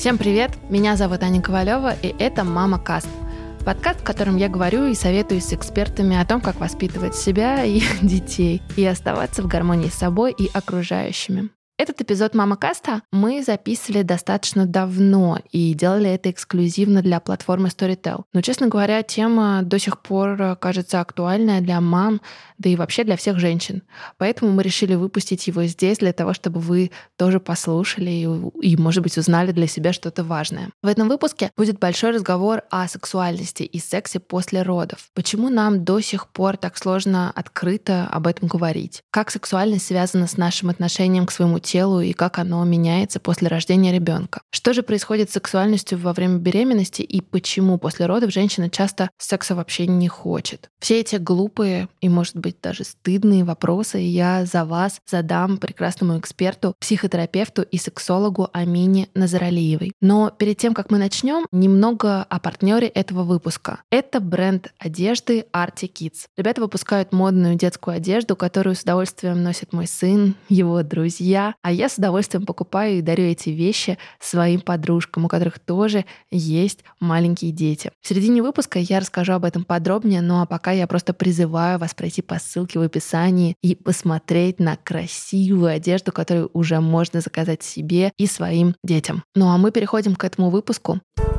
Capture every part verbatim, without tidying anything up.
Всем привет! Меня зовут Аня Ковалева, и это «Мама Каст». Подкаст, в котором я говорю и советуюсь с экспертами о том, как воспитывать себя и детей, и оставаться в гармонии с собой и окружающими. Этот эпизод «Мама Каста» мы записывали достаточно давно и делали это эксклюзивно для платформы Storytel. Но, честно говоря, тема до сих пор кажется актуальной для мам, да и вообще для всех женщин. Поэтому мы решили выпустить его здесь для того, чтобы вы тоже послушали и, и, может быть, узнали для себя что-то важное. В этом выпуске будет большой разговор о сексуальности и сексе после родов. Почему нам до сих пор так сложно открыто об этом говорить? Как сексуальность связана с нашим отношением к своему телу и как оно меняется после рождения ребенка? Что же происходит с сексуальностью во время беременности и почему после родов женщина часто секса вообще не хочет? Все эти глупые и, может быть, даже стыдные вопросы я за вас задам прекрасному эксперту, психотерапевту и сексологу Амине Назаралиевой. Но перед тем, как мы начнем, немного о партнере этого выпуска. Это бренд одежды Arty Kids. Ребята выпускают модную детскую одежду, которую с удовольствием носит мой сын, его друзья, а я с удовольствием покупаю и дарю эти вещи своим подружкам, у которых тоже есть маленькие дети. В середине выпуска я расскажу об этом подробнее, ну а пока я просто призываю вас пройти по ссылке в описании и посмотреть на красивую одежду, которую уже можно заказать себе и своим детям. Ну а мы переходим к этому выпуску.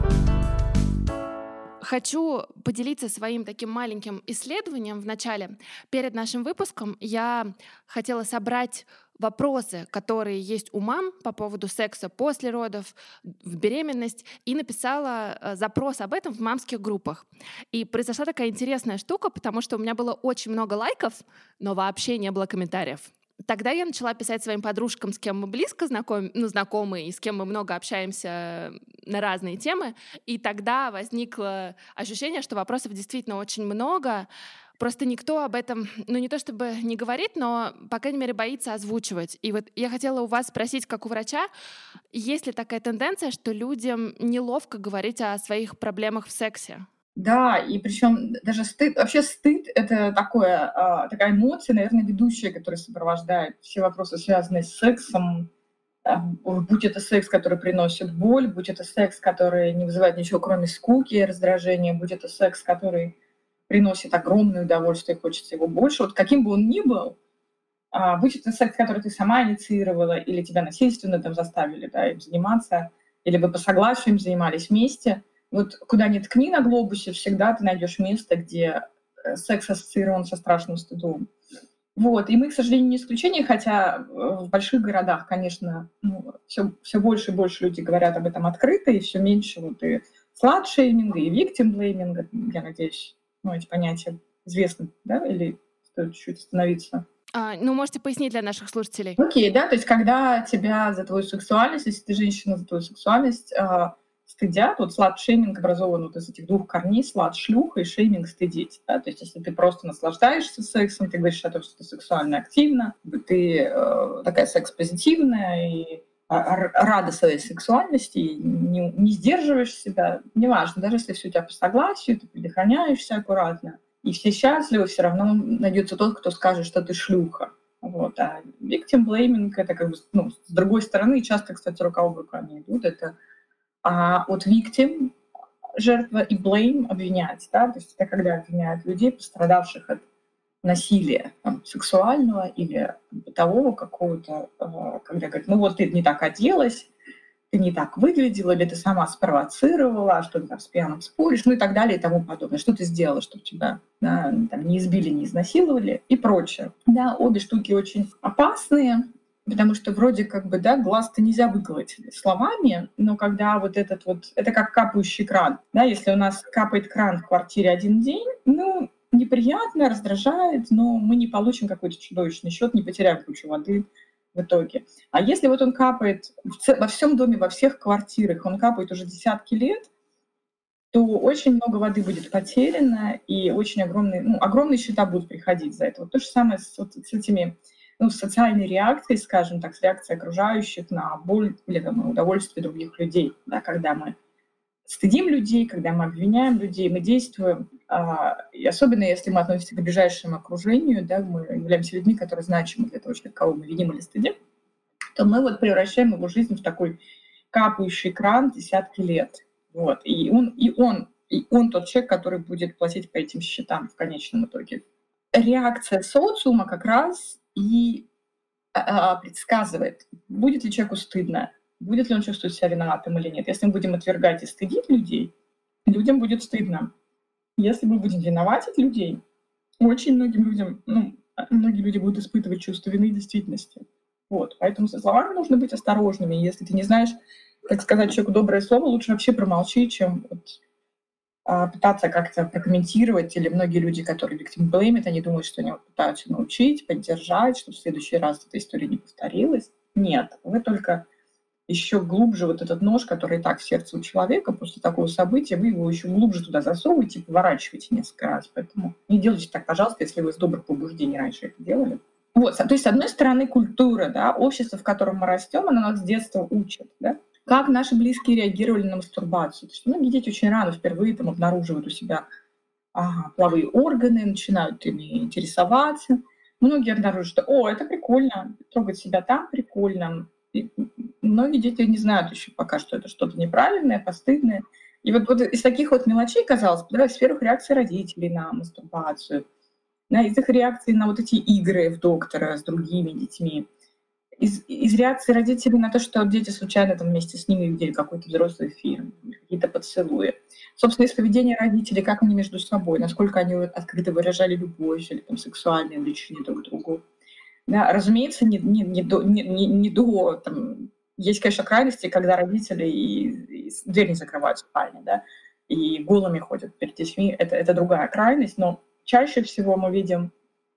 Хочу поделиться своим таким маленьким исследованием в начале. Перед нашим выпуском я хотела собрать вопросы, которые есть у мам по поводу секса после родов, в беременность, и написала запрос об этом в мамских группах. И произошла такая интересная штука, потому что у меня было очень много лайков, но вообще не было комментариев. Тогда я начала писать своим подружкам, с кем мы близко знакомы, ну, знакомы, и с кем мы много общаемся на разные темы. И тогда возникло ощущение, что вопросов действительно очень много. Просто никто об этом, ну, не то чтобы не говорит, но, по крайней мере, боится озвучивать. И вот я хотела у вас спросить, как у врача, есть ли такая тенденция, что людям неловко говорить о своих проблемах в сексе? Да, и причем даже стыд, вообще стыд — это такое, а, такая эмоция, наверное, ведущая, которая сопровождает все вопросы, связанные с сексом. А, будь это секс, который приносит боль, будь это секс, который не вызывает ничего, кроме скуки и раздражения, будь это секс, который приносит огромное удовольствие, хочется его больше. Вот каким бы он ни был, а, будь это секс, который ты сама инициировала, или тебя насильственно там заставили, да, им заниматься, или вы по согласию им занимались вместе. Вот куда ни ткни на глобусе, всегда ты найдешь место, где секс ассоциирован со страшным стыдом. Вот. И мы, к сожалению, не исключение, хотя в больших городах, конечно, ну, все, все больше и больше люди говорят об этом открыто, и все меньше вот и сладшейминга, и виктим-блейминга. Я надеюсь, ну, эти понятия известны, да, или стоит чуть-чуть остановиться? А, ну, можете пояснить для наших слушателей. Окей, да, то есть когда тебя за твою сексуальность, если ты женщина, за твою сексуальность а, стыдят, вот слат-шейминг образован вот из этих двух корней, слат-шлюха и шейминг стыдить, да, то есть если ты просто наслаждаешься сексом, ты говоришь о том, что ты сексуально активна, ты э, такая секс-позитивная и рада своей сексуальности, не, не сдерживаешь себя, неважно, даже если все у тебя по согласию, ты предохраняешься аккуратно, и все счастливы, все равно найдется тот, кто скажет, что ты шлюха. Вот. А victim blaming — это как бы, ну, с другой стороны, часто, кстати, рука об руками идут, это а от victim — жертва, и blame — обвинять, да, то есть это когда обвиняют людей, пострадавших от насилия там, сексуального или бытового какого-то, когда говорят, ну вот ты не так оделась, ты не так выглядела, или ты сама спровоцировала, что ты там с пьяным споришь, ну и так далее и тому подобное. Что ты сделала, чтобы тебя, да, там, не избили, не изнасиловали и прочее. Да, обе штуки очень опасные, потому что вроде как бы, да, глаз-то нельзя выколоть словами, но когда вот этот вот, это как капающий кран, да, если у нас капает кран в квартире один день, ну, неприятно, раздражает, но мы не получим какой-то чудовищный счет, не потеряем кучу воды в итоге. А если вот он капает во всем доме, во всех квартирах, он капает уже десятки лет, то очень много воды будет потеряно, и очень огромные, ну, огромные счета будут приходить за это. Вот то же самое с, вот, с этими, ну, социальной реакцией, скажем так, с реакцией окружающих на боль или там, на удовольствие других людей, да, когда мы стыдим людей, когда мы обвиняем людей, мы действуем, а, и особенно если мы относимся к ближайшему окружению, да, мы являемся людьми, которые значимы для того, человека, кого мы виним или стыдим, то мы вот превращаем его жизнь в такой капающий кран десятки лет. Вот. И он, и он, и он тот человек, который будет платить по этим счетам в конечном итоге. Реакция социума как раз и а, предсказывает, будет ли человеку стыдно, будет ли он чувствовать себя виноватым или нет. Если мы будем отвергать и стыдить людей, людям будет стыдно. Если мы будем виноватить людей, очень многим людям, ну, многие люди будут испытывать чувство вины в действительности. Вот. Поэтому со словами нужно быть осторожными. Если ты не знаешь, как сказать человеку доброе слово, лучше вообще промолчи, чем вот, а, пытаться как-то прокомментировать. Или многие люди, которые victim blame, они думают, что они вот пытаются научить, поддержать, чтобы в следующий раз эта история не повторилась. Нет, вы только еще глубже вот этот нож, который и так в сердце у человека, после такого события, вы его еще глубже туда засовываете и поворачиваете несколько раз. Поэтому не делайте так, пожалуйста, если вы из добрых побуждений раньше это делали. Вот, то есть, с одной стороны, культура, да, общество, в котором мы растем, оно нас с детства учит, да, как наши близкие реагировали на мастурбацию. То есть многие дети очень рано впервые там обнаруживают у себя ага, половые органы, начинают ими интересоваться. Многие обнаруживают, что «О, это прикольно, трогать себя там прикольно». И многие дети не знают еще пока, что это что-то неправильное, постыдное. И вот, вот из таких вот мелочей, казалось бы, да, из первых реакций родителей на мастурбацию, да, из их реакций на вот эти игры в доктора с другими детьми, из, из реакции родителей на то, что дети случайно там вместе с ними видели какой-то взрослый фильм, какие-то поцелуи. Собственно, из поведения родителей, как они между собой, насколько они открыто выражали любовь или там, сексуальное влечение друг к другу. Да, разумеется, не, не, не до, не, не, не до там, есть, конечно, крайности, когда родители и, и дверь не закрывают в спальне, да, и голыми ходят перед детьми. Это, это другая крайность, но чаще всего мы видим,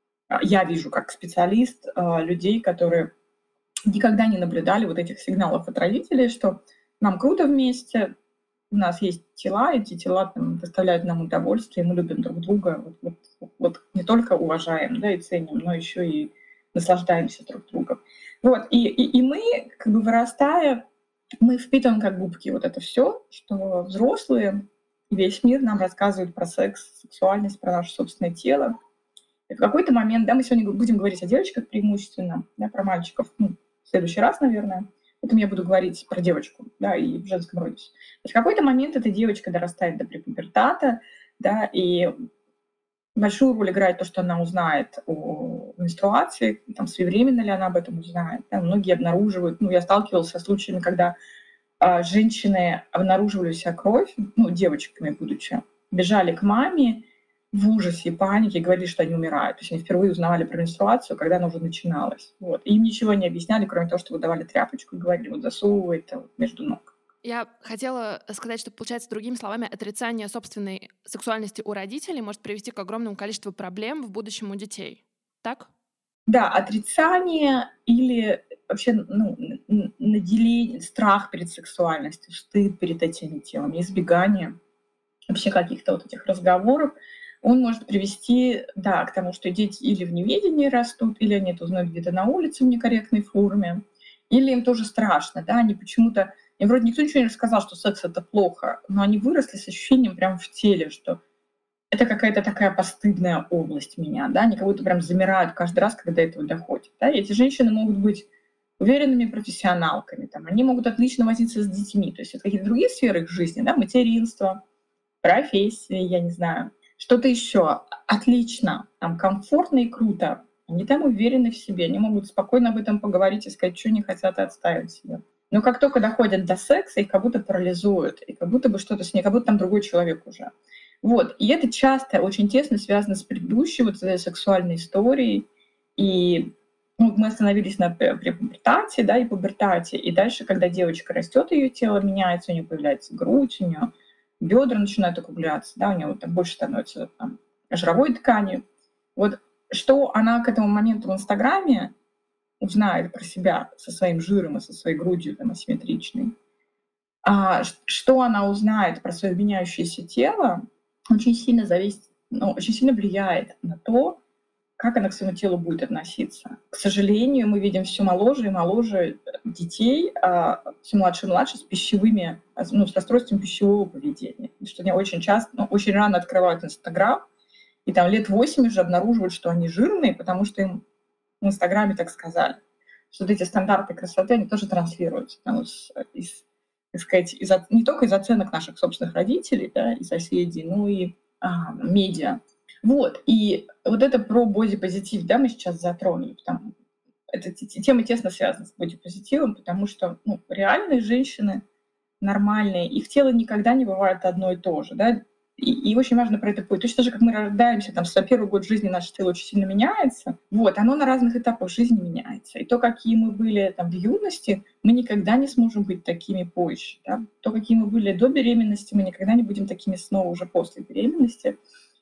я вижу как специалист, людей, которые никогда не наблюдали вот этих сигналов от родителей, что нам круто вместе, у нас есть тела, эти тела там, доставляют нам удовольствие, мы любим друг друга, вот, вот, вот не только уважаем, да, и ценим, но еще и наслаждаемся друг другом. Вот. И, и, и мы, как бы вырастая, мы впитываем как губки вот это все, что взрослые, весь мир нам рассказывают про секс, сексуальность, про наше собственное тело. И в какой-то момент, да, мы сегодня будем говорить о девочках преимущественно, да, про мальчиков, ну, в следующий раз, наверное. Потом я буду говорить про девочку, да, и в женском роде. В какой-то момент эта девочка дорастает до препубертата, да, и большую роль играет то, что она узнает о менструации, там, своевременно ли она об этом узнает. Да? Многие обнаруживают, ну, я сталкивалась со случаями, когда а, женщины обнаруживали у себя кровь, ну, девочками будучи, бежали к маме в ужасе и панике, говорили, что они умирают. То есть они впервые узнавали про менструацию, когда она уже начиналась. Вот. И им ничего не объясняли, кроме того, что выдавали тряпочку и говорили, вот засовывай это вот между ног. Я хотела сказать, что, получается, другими словами, отрицание собственной сексуальности у родителей может привести к огромному количеству проблем в будущем у детей. Так? Да, отрицание или вообще ну, наделение, страх перед сексуальностью, стыд перед этими телами, избегание вообще каких-то вот этих разговоров, он может привести, да, к тому, что дети или в неведении растут, или они это узнают где-то на улице в некорректной форме, или им тоже страшно, да, они почему-то, им вроде никто ничего не рассказал, что секс — это плохо, но они выросли с ощущением прямо в теле, что это какая-то такая постыдная область меня, да, они как будто прям замирают каждый раз, когда до этого доходит, да, и эти женщины могут быть уверенными профессионалками, там, они могут отлично возиться с детьми, то есть это какие-то другие сферы их жизни, да, материнство, профессия, я не знаю, что-то еще отлично, там, комфортно и круто, они там уверены в себе, они могут спокойно об этом поговорить и сказать, что они хотят, и отставить себя. Но как только доходят до секса, их как будто парализуют, и как будто бы что-то с ней, как будто там другой человек уже. Вот. И это часто очень тесно связано с предыдущей вот этой сексуальной историей. И ну, мы остановились на препубертате, да, и пубертате. И дальше, когда девочка растет, ее тело меняется, у нее появляется грудь, у нее бедра начинают округляться, да, у нее вот там больше становится там, жировой ткани. Вот что она к этому моменту в Инстаграме узнает про себя со своим жиром и со своей грудью там, асимметричной, а что она узнает про свое меняющееся тело, очень сильно зависит, ну, очень сильно влияет на то, как она к своему телу будет относиться. К сожалению, мы видим все моложе и моложе детей, а все младше и младше с пищевыми, ну, с расстройством пищевого поведения. И что они очень часто, ну, очень рано открывают Инстаграм, и там лет восемь уже обнаруживают, что они жирные, потому что им в Инстаграме так сказали. Что вот эти стандарты красоты, они тоже транслируются там, из, из так сказать, из не только из оценок наших собственных родителей, да, и соседей, но и а, медиа. Вот, и вот это про бодипозитив, да, мы сейчас затронули. Там, эта тема тесно связана с бодипозитивом, потому что ну, реальные женщины нормальные, их тело никогда не бывает одно и то же, да, и, и очень важно про это помнить. Точно так же, как мы рождаемся, там, за первый год жизни наше тело очень сильно меняется, вот, оно на разных этапах жизни меняется. И то, какие мы были там в юности, мы никогда не сможем быть такими позже, да. То, какие мы были до беременности, мы никогда не будем такими снова уже после беременности.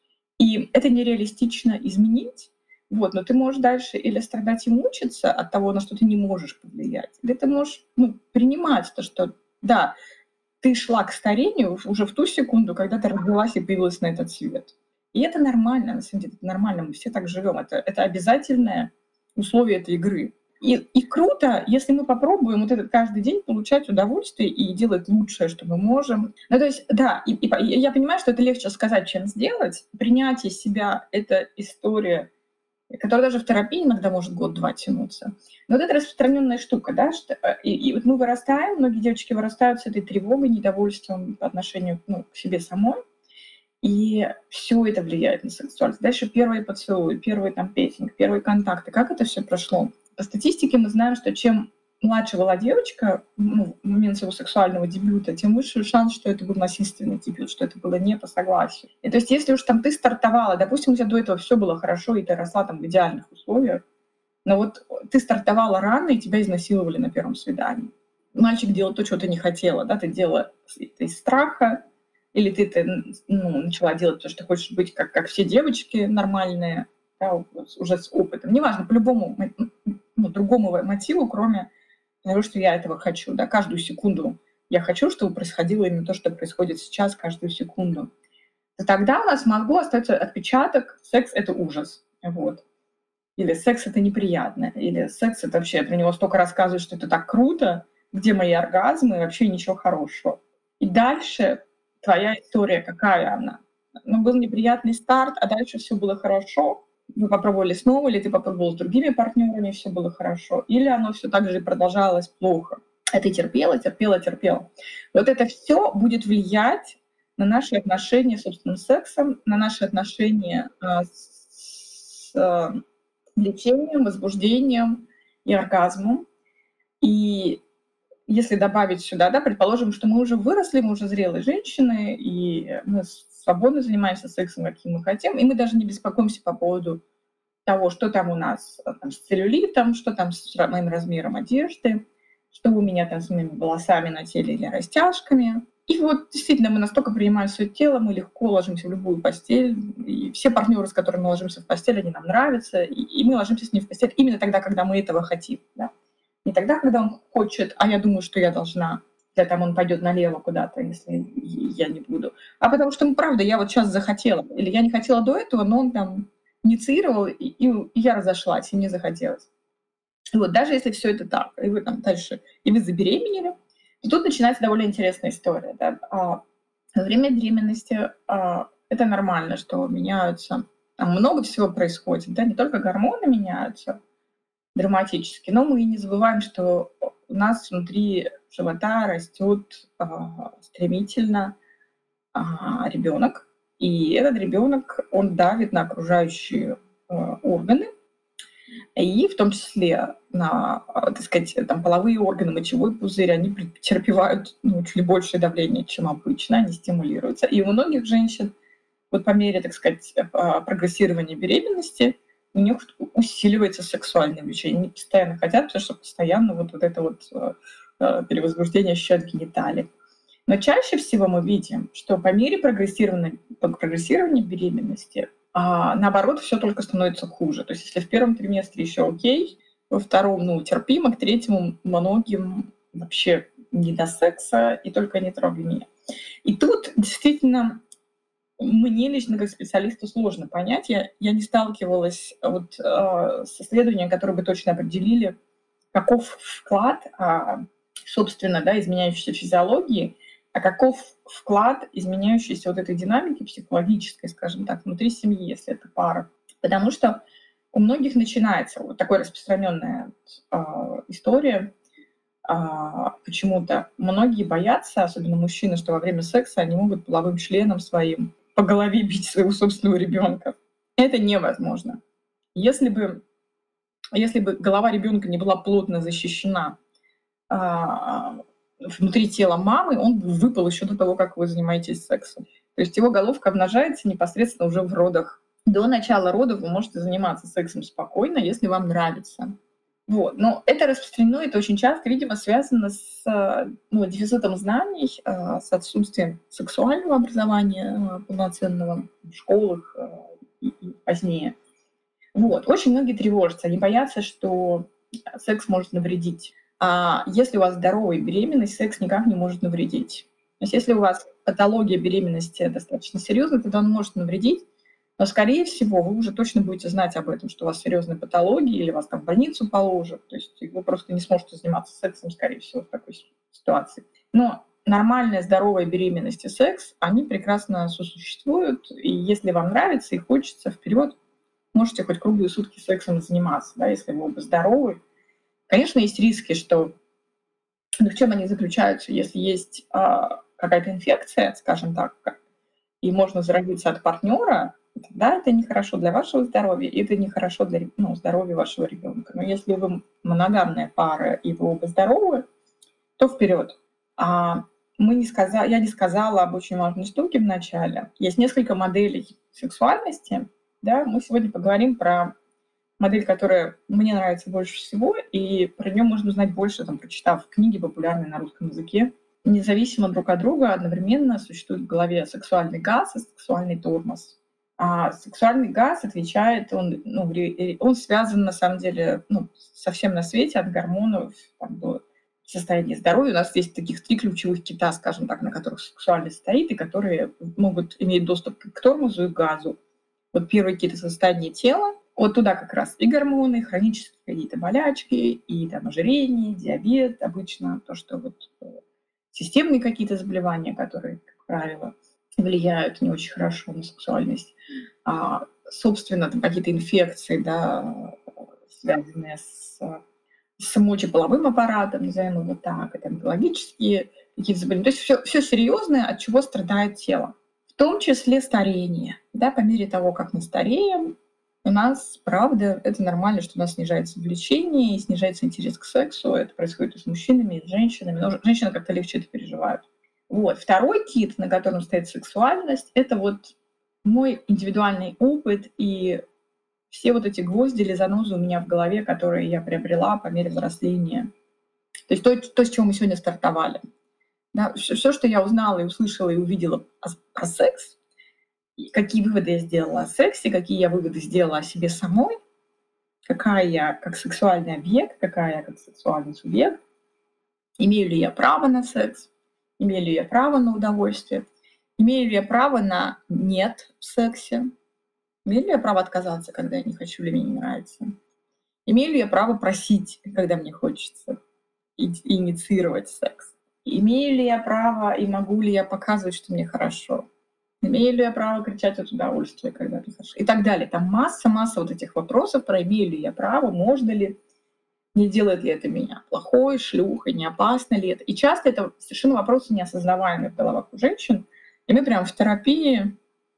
И это нереалистично изменить, вот, но ты можешь дальше или страдать и мучиться от того, на что ты не можешь повлиять, или ты можешь ну, принимать то, что да, ты шла к старению уже в ту секунду, когда ты родилась и появилась на этот свет. И это нормально, на самом деле, это нормально, мы все так живем. Это, это обязательное условие этой игры. И, и круто, если мы попробуем вот этот каждый день получать удовольствие и делать лучшее, что мы можем. Ну, то есть, да, и, и, и я понимаю, что это легче сказать, чем сделать. Принятие себя — это история, которая даже в терапии иногда может год-два тянуться. Но вот это распространенная штука, да, что, и, и вот мы вырастаем, многие девочки вырастают с этой тревогой, недовольством по отношению ну, к себе самой, и все это влияет на сексуальность. Дальше первые поцелуи, первый там песенник, первые контакты. Как это все прошло? По статистике мы знаем, что чем младше была девочка ну, в момент своего сексуального дебюта, тем выше шанс, что это был насильственный дебют, что это было не по согласию. И то есть если уж там ты стартовала, допустим, у тебя до этого все было хорошо, и ты росла там в идеальных условиях, но вот ты стартовала рано, и тебя изнасиловали на первом свидании. Мальчик делал то, чего ты не хотела, да, ты делала это из страха, или ты это, ну, начала делать, потому что ты хочешь быть как, как все девочки нормальные, да, уже с опытом. Неважно, по любому ну, другому мотиву, кроме того, что я этого хочу. Да, каждую секунду я хочу, чтобы происходило именно то, что происходит сейчас, каждую секунду. То тогда у нас в мозгу остается отпечаток: секс — это ужас. Вот. Или секс — это неприятно. Или секс — это вообще, про него столько рассказывают, что это так круто, где мои оргазмы, вообще ничего хорошего. И дальше твоя история, какая она? Ну, был неприятный старт, а дальше все было хорошо. Вы попробовали снова, или ты попробовал с другими партнерами, все было хорошо, или оно все так же продолжалось плохо. А ты терпела, терпела, терпела. Вот это все будет влиять на наши отношения с собственным сексом, на наши отношения а, с а, влечением, возбуждением и оргазмом. И если добавить сюда, да, предположим, что мы уже выросли, мы уже зрелые женщины, и мы свободно занимаемся сексом, каким мы хотим, и мы даже не беспокоимся по поводу того, что там у нас там, с целлюлитом, что там с моим размером одежды, что у меня там с моими волосами на теле или растяжками. И вот действительно мы настолько принимаем свое тело, мы легко ложимся в любую постель, и все партнеры, с которыми мы ложимся в постель, они нам нравятся, и, и мы ложимся с ними в постель именно тогда, когда мы этого хотим. Да? Не тогда, когда он хочет, а я думаю, что я должна, или там он пойдет налево куда-то, если я не буду. А потому что, ну, правда, я вот сейчас захотела. Или я не хотела до этого, но он там инициировал, и, и, и я разошлась, и мне захотелось. И вот даже если все это так, и вы там дальше, и вы забеременели, то тут начинается довольно интересная история. Да? А, во время беременности а, это нормально, что меняются, там много всего происходит, да, не только гормоны меняются, драматически. Но мы не забываем, что у нас внутри живота растет а, стремительно а, ребенок, и этот ребенок он давит на окружающие а, органы, и в том числе на, так сказать, там, половые органы, мочевой пузырь, они претерпевают ну, чуть ли большее давление, чем обычно, они стимулируются. И у многих женщин вот по мере, так сказать, прогрессирования беременности у них усиливается сексуальное влечение. Они постоянно хотят, потому что постоянно вот, вот это вот э, перевозбуждение ощущают гениталии. Но чаще всего мы видим, что по мере прогрессирования, прогрессирования беременности, а, наоборот, все только становится хуже. То есть если в первом триместре еще окей, во втором, ну, терпимо, к третьему многим вообще не до секса, и только не трогай меня. И тут действительно мне лично как специалисту сложно понять. Я, я не сталкивалась вот, э, с исследованием, которые бы точно определили, каков вклад, э, собственно, да, изменяющейся физиологии, а каков вклад изменяющейся вот этой динамики психологической, скажем так, внутри семьи, если это пара. Потому что у многих начинается вот такая распространенная э, история. А, почему-то многие боятся, особенно мужчины, что во время секса они могут половым членом своим по голове бить своего собственного ребенка. Это невозможно. Если бы, если бы голова ребенка не была плотно защищена а, внутри тела мамы, он бы выпал еще до того, как вы занимаетесь сексом. То есть его головка обнажается непосредственно уже в родах. До начала родов вы можете заниматься сексом спокойно, если вам нравится. Вот. Но это распространено, это очень часто, видимо, связано с ну, дефицитом знаний, с отсутствием сексуального образования полноценного в школах и позднее. Вот. Очень многие тревожатся, они боятся, что секс может навредить. А если у вас здоровая беременность, секс никак не может навредить. То есть если у вас патология беременности достаточно серьезная, тогда он может навредить. Но, скорее всего, вы уже точно будете знать об этом, что у вас серьезная патология или вас там в больницу положат. То есть вы просто не сможете заниматься сексом, скорее всего, в такой ситуации. Но нормальная, здоровая беременность и секс, они прекрасно сосуществуют. И если вам нравится и хочется, вперед, можете хоть круглые сутки сексом заниматься, да, если вы оба здоровы. Конечно, есть риски, что... Ну, в чем они заключаются? Если есть а, какая-то инфекция, скажем так, и можно заразиться от партнера, тогда это нехорошо для вашего здоровья, и это нехорошо для ну, здоровья вашего ребенка. Но если вы моногамная пара и вы оба здоровы, то вперед. А мы не сказали, я не сказала об очень важной штуке в начале. Есть несколько моделей сексуальности. Да? Мы сегодня поговорим про модель, которая мне нравится больше всего, и про нее можно узнать больше, там, прочитав книги, популярные на русском языке. Независимо друг от друга одновременно существует в голове сексуальный газ и сексуальный тормоз. А сексуальный газ отвечает, он, ну, он связан на самом деле ну, со всем на свете, от гормонов там, до состояния здоровья. У нас есть таких три ключевых кита, скажем так, на которых сексуальность стоит, и которые могут иметь доступ к тормозу и газу. Вот первый кит — это состояние тела. Вот туда как раз и гормоны, и хронические какие-то болячки, и там ожирение, диабет, обычно то, что вот системные какие-то заболевания, которые, как правило, влияют не очень хорошо на сексуальность. А, собственно, там какие-то инфекции, да, связанные с, с мочеполовым аппаратом, назовем его так, это онкологические какие-то заболевания. То есть все, все серьезное, от чего страдает тело. В том числе старение. Да, по мере того, как мы стареем, у нас, правда, это нормально, что у нас снижается влечение и снижается интерес к сексу. Это происходит и с мужчинами, и с женщинами. Но женщины как-то легче это переживают. Вот. Второй кит, на котором стоит сексуальность, это вот мой индивидуальный опыт и все вот эти гвозди или занозы у меня в голове, которые я приобрела по мере взросления. То есть то, то с чего мы сегодня стартовали. Да, все, все, что я узнала и услышала и увидела про секс, какие выводы я сделала о сексе, какие я выводы сделала о себе самой, какая я как сексуальный объект, какая я как сексуальный субъект, имею ли я право на секс, имею ли я право на удовольствие, имею ли я право на нет в сексе, имею ли я право отказаться, когда я не хочу или мне не нравится, имею ли я право просить, когда мне хочется, и, и инициировать секс, имею ли я право и могу ли я показывать, что мне хорошо, имею ли я право кричать от удовольствия, когда ты хорошо, и так далее. Там масса-масса вот этих вопросов про имею ли я право, можно ли, не делает ли это меня плохой, шлюхой, не опасно ли это. И часто это совершенно вопросы неосознаваемые в головах у женщин, и мы прямо в терапии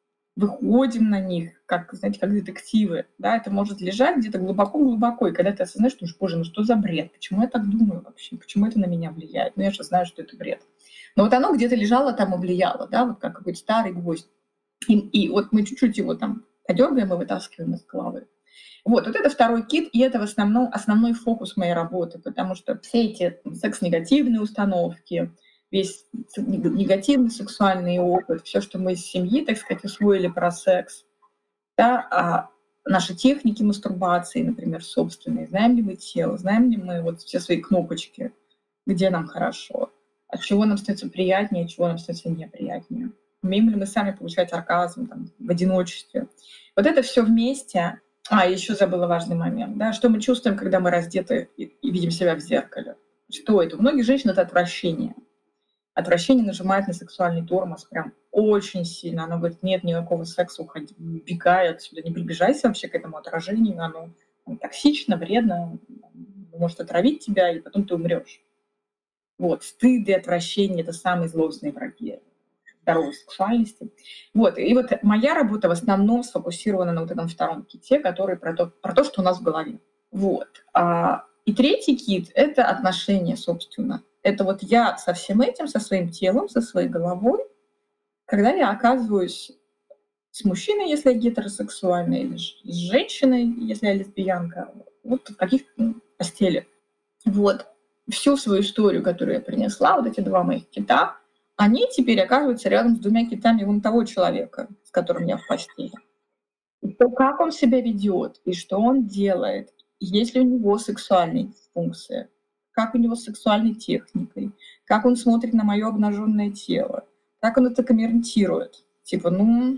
выходим на них, как, знаете, как детективы. Да? Это может лежать где-то глубоко-глубоко, и когда ты осознаешь, что, боже, ну что за бред? Почему я так думаю вообще? Почему это на меня влияет? Ну я же знаю, что это бред. Но вот оно где-то лежало там и влияло, да, вот как какой-то старый гвоздь. И, и вот мы чуть-чуть его там подергаем и вытаскиваем из головы. Вот, вот это второй кит, и это в основном основной фокус моей работы, потому что все эти секс-негативные установки, весь негативный сексуальный опыт, все, что мы из семьи, так сказать, усвоили про секс, да, а наши техники мастурбации, например, собственные, знаем ли мы тело, знаем ли мы вот все свои кнопочки, где нам хорошо, от чего нам становится приятнее, от чего нам становится неприятнее. Умеем ли мы сами получать оргазм там, в одиночестве. Вот это все вместе. А, еще забыла важный момент. Да? Что мы чувствуем, когда мы раздеты и, и видим себя в зеркале? Что это? У многих женщин это отвращение. Отвращение нажимает на сексуальный тормоз прям очень сильно. Оно говорит, нет никакого секса, уходи, убегай отсюда, не приближайся вообще к этому отражению. Оно, оно токсично, вредно, может отравить тебя, и потом ты умрешь. Вот, стыд и отвращение — это самые злостные враги здоровой сексуальности. Вот, и вот моя работа в основном сфокусирована на вот этом втором ките, который про то, про то, что у нас в голове. Вот. А, и третий кит — это отношения, собственно. Это вот я со всем этим, со своим телом, со своей головой, когда я оказываюсь с мужчиной, если я гетеросексуальный, или с женщиной, если я лесбиянка, вот в каких постели. Вот. Всю свою историю, которую я принесла, вот эти два моих кита, они теперь оказываются рядом с двумя китами вон того человека, с которым я в постели. И то, как он себя ведет, и что он делает, есть ли у него сексуальные функции, как у него с сексуальной техникой, как он смотрит на мое обнаженное тело, как он это комментирует. Типа, ну,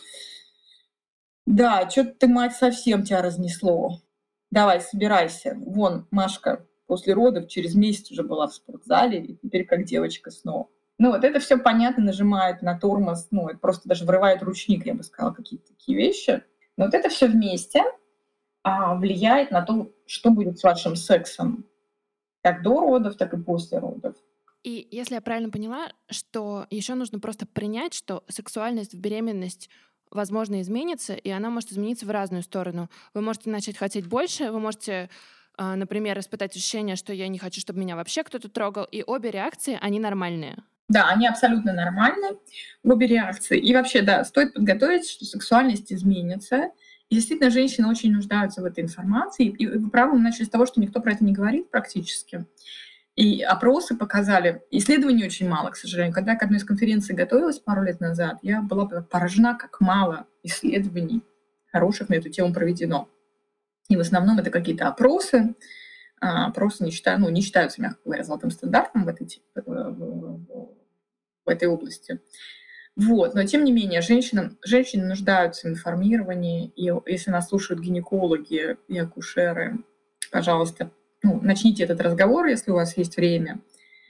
да, что-то ты, мать, совсем тебя разнесло. Давай, собирайся. Вон, Машка после родов через месяц уже была в спортзале, и теперь как девочка снова. Ну вот это все понятно, нажимает на тормоз, ну это просто даже вырывает ручник, я бы сказала, какие-то такие вещи. Но вот это все вместе а, влияет на то, что будет с вашим сексом, как до родов, так и после родов. И если я правильно поняла, что еще нужно просто принять, что сексуальность в беременность, возможно, изменится, и она может измениться в разную сторону. Вы можете начать хотеть больше, вы можете, например, испытать ощущение, что я не хочу, чтобы меня вообще кто-то трогал, и обе реакции, они нормальные. Да, они абсолютно нормальны, обе реакции. И вообще, да, стоит подготовить, что сексуальность изменится. И действительно, женщины очень нуждаются в этой информации. И вы правы, мы начали с того, что никто про это не говорит практически. И опросы показали, исследований очень мало, к сожалению. Когда я к одной из конференций готовилась пару лет назад, я была поражена, как мало исследований хороших на эту тему проведено. И в основном это какие-то опросы, опросы не, считаю, ну, не считаются, мягко говоря, золотым стандартом в этой, в этой области. Вот. Но тем не менее, женщины, женщины нуждаются в информировании, и если нас слушают гинекологи и акушеры, пожалуйста, ну, начните этот разговор, если у вас есть время,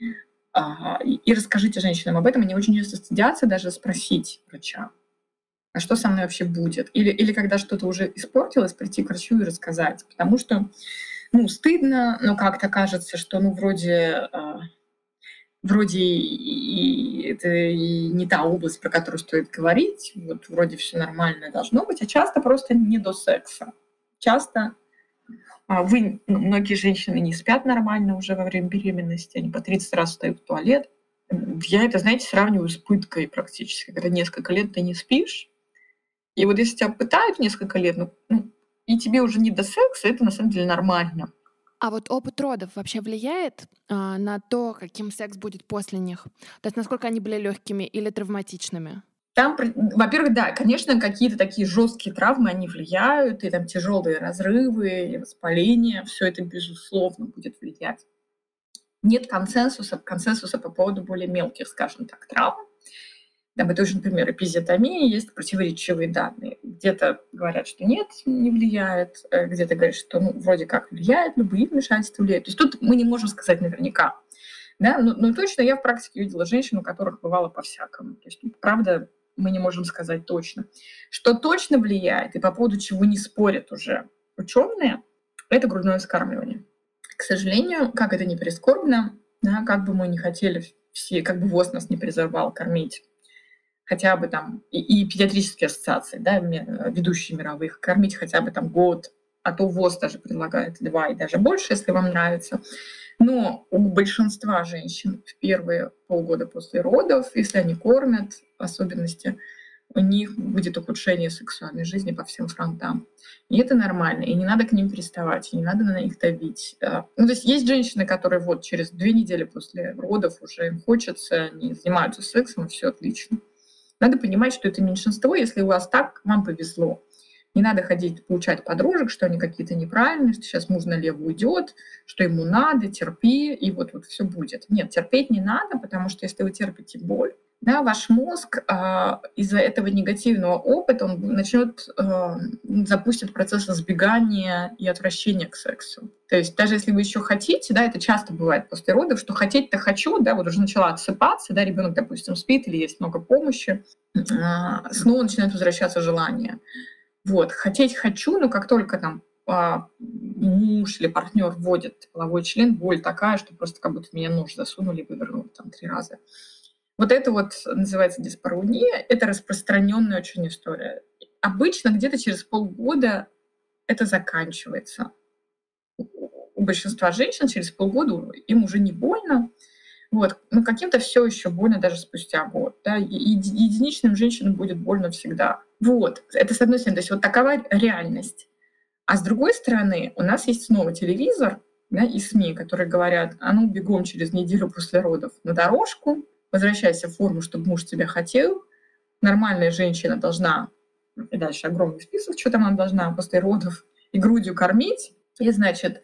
и, и расскажите женщинам об этом. Они очень часто стыдятся даже спросить врача, а что со мной вообще будет? Или, или когда что-то уже испортилось, прийти к врачу и рассказать. Потому что, ну, стыдно, но как-то кажется, что, ну, вроде... Вроде и это и не та область, про которую стоит говорить, вот вроде все нормально должно быть, а часто просто не до секса. Часто вы, многие женщины не спят нормально уже во время беременности, они по тридцать раз встают в туалет. Я это, знаете, сравниваю с пыткой практически, когда несколько лет ты не спишь, и вот если тебя пытают несколько лет, ну, ну и тебе уже не до секса, это на самом деле нормально. А вот опыт родов вообще влияет а, на то, каким секс будет после них? То есть насколько они были легкими или травматичными? Там, во-первых, да, конечно, какие-то такие жесткие травмы, они влияют, и там тяжелые разрывы, и воспаление, все это, безусловно, будет влиять. Нет консенсуса, консенсуса по поводу более мелких, скажем так, травм. Там это уже, например, эпизиотомия, есть противоречивые данные. Где-то говорят, что нет, не влияет, где-то говорят, что ну, вроде как влияет, любые вмешательства влияют. То есть тут мы не можем сказать наверняка. Да? Но, но точно я в практике видела женщин, у которых бывало по-всякому. То есть тут, правда, мы не можем сказать точно. Что точно влияет, и по поводу чего не спорят уже ученые, это грудное вскармливание. К сожалению, как это ни прискорбно, да, как бы мы ни хотели все, как бы ВОЗ нас не призывал кормить хотя бы там, и, и педиатрические ассоциации, да, ведущие мировых, кормить хотя бы там год, а то ВОЗ даже предлагает два и даже больше, если вам нравится. Но у большинства женщин в первые полгода после родов, если они кормят, в особенности, у них будет ухудшение сексуальной жизни по всем фронтам. И это нормально, и не надо к ним приставать, и не надо на них давить. Ну, то есть есть женщины, которые вот через две недели после родов уже им хочется, они занимаются сексом, и все отлично. Надо понимать, что это меньшинство. Если у вас так, вам повезло. Не надо ходить получать подружек, что они какие-то неправильные, что сейчас муж налево уйдет, что ему надо, терпи, и вот, вот все будет. Нет, терпеть не надо, потому что если вы терпите боль, да, ваш мозг э, из-за этого негативного опыта он начнет э, запустит процесс избегания и отвращения к сексу. То есть даже если вы еще хотите, да, это часто бывает после родов, что хотеть-то хочу, да, вот уже начала отсыпаться, да, ребенок, допустим, спит или есть много помощи, э, снова начинает возвращаться желание. Вот, хотеть хочу, но как только там а, муж или партнер вводит половой член, боль такая, что просто как будто меня нож засунули и вывернули там три раза. Вот это вот называется диспарауния. Это распространенная очень история. Обычно где-то через полгода это заканчивается. У большинства женщин через полгода им уже не больно. Вот. Но каким-то все еще больно даже спустя год. Да? И единичным женщинам будет больно всегда. Вот. Это с одной стороны. То есть вот такова реальность. А с другой стороны, у нас есть снова телевизор, да, и СМИ, которые говорят: а ну бегом через неделю после родов на дорожку, возвращайся в форму, чтобы муж тебя хотел. Нормальная женщина должна, и дальше огромный список, что там она должна после родов, и грудью кормить, и, значит,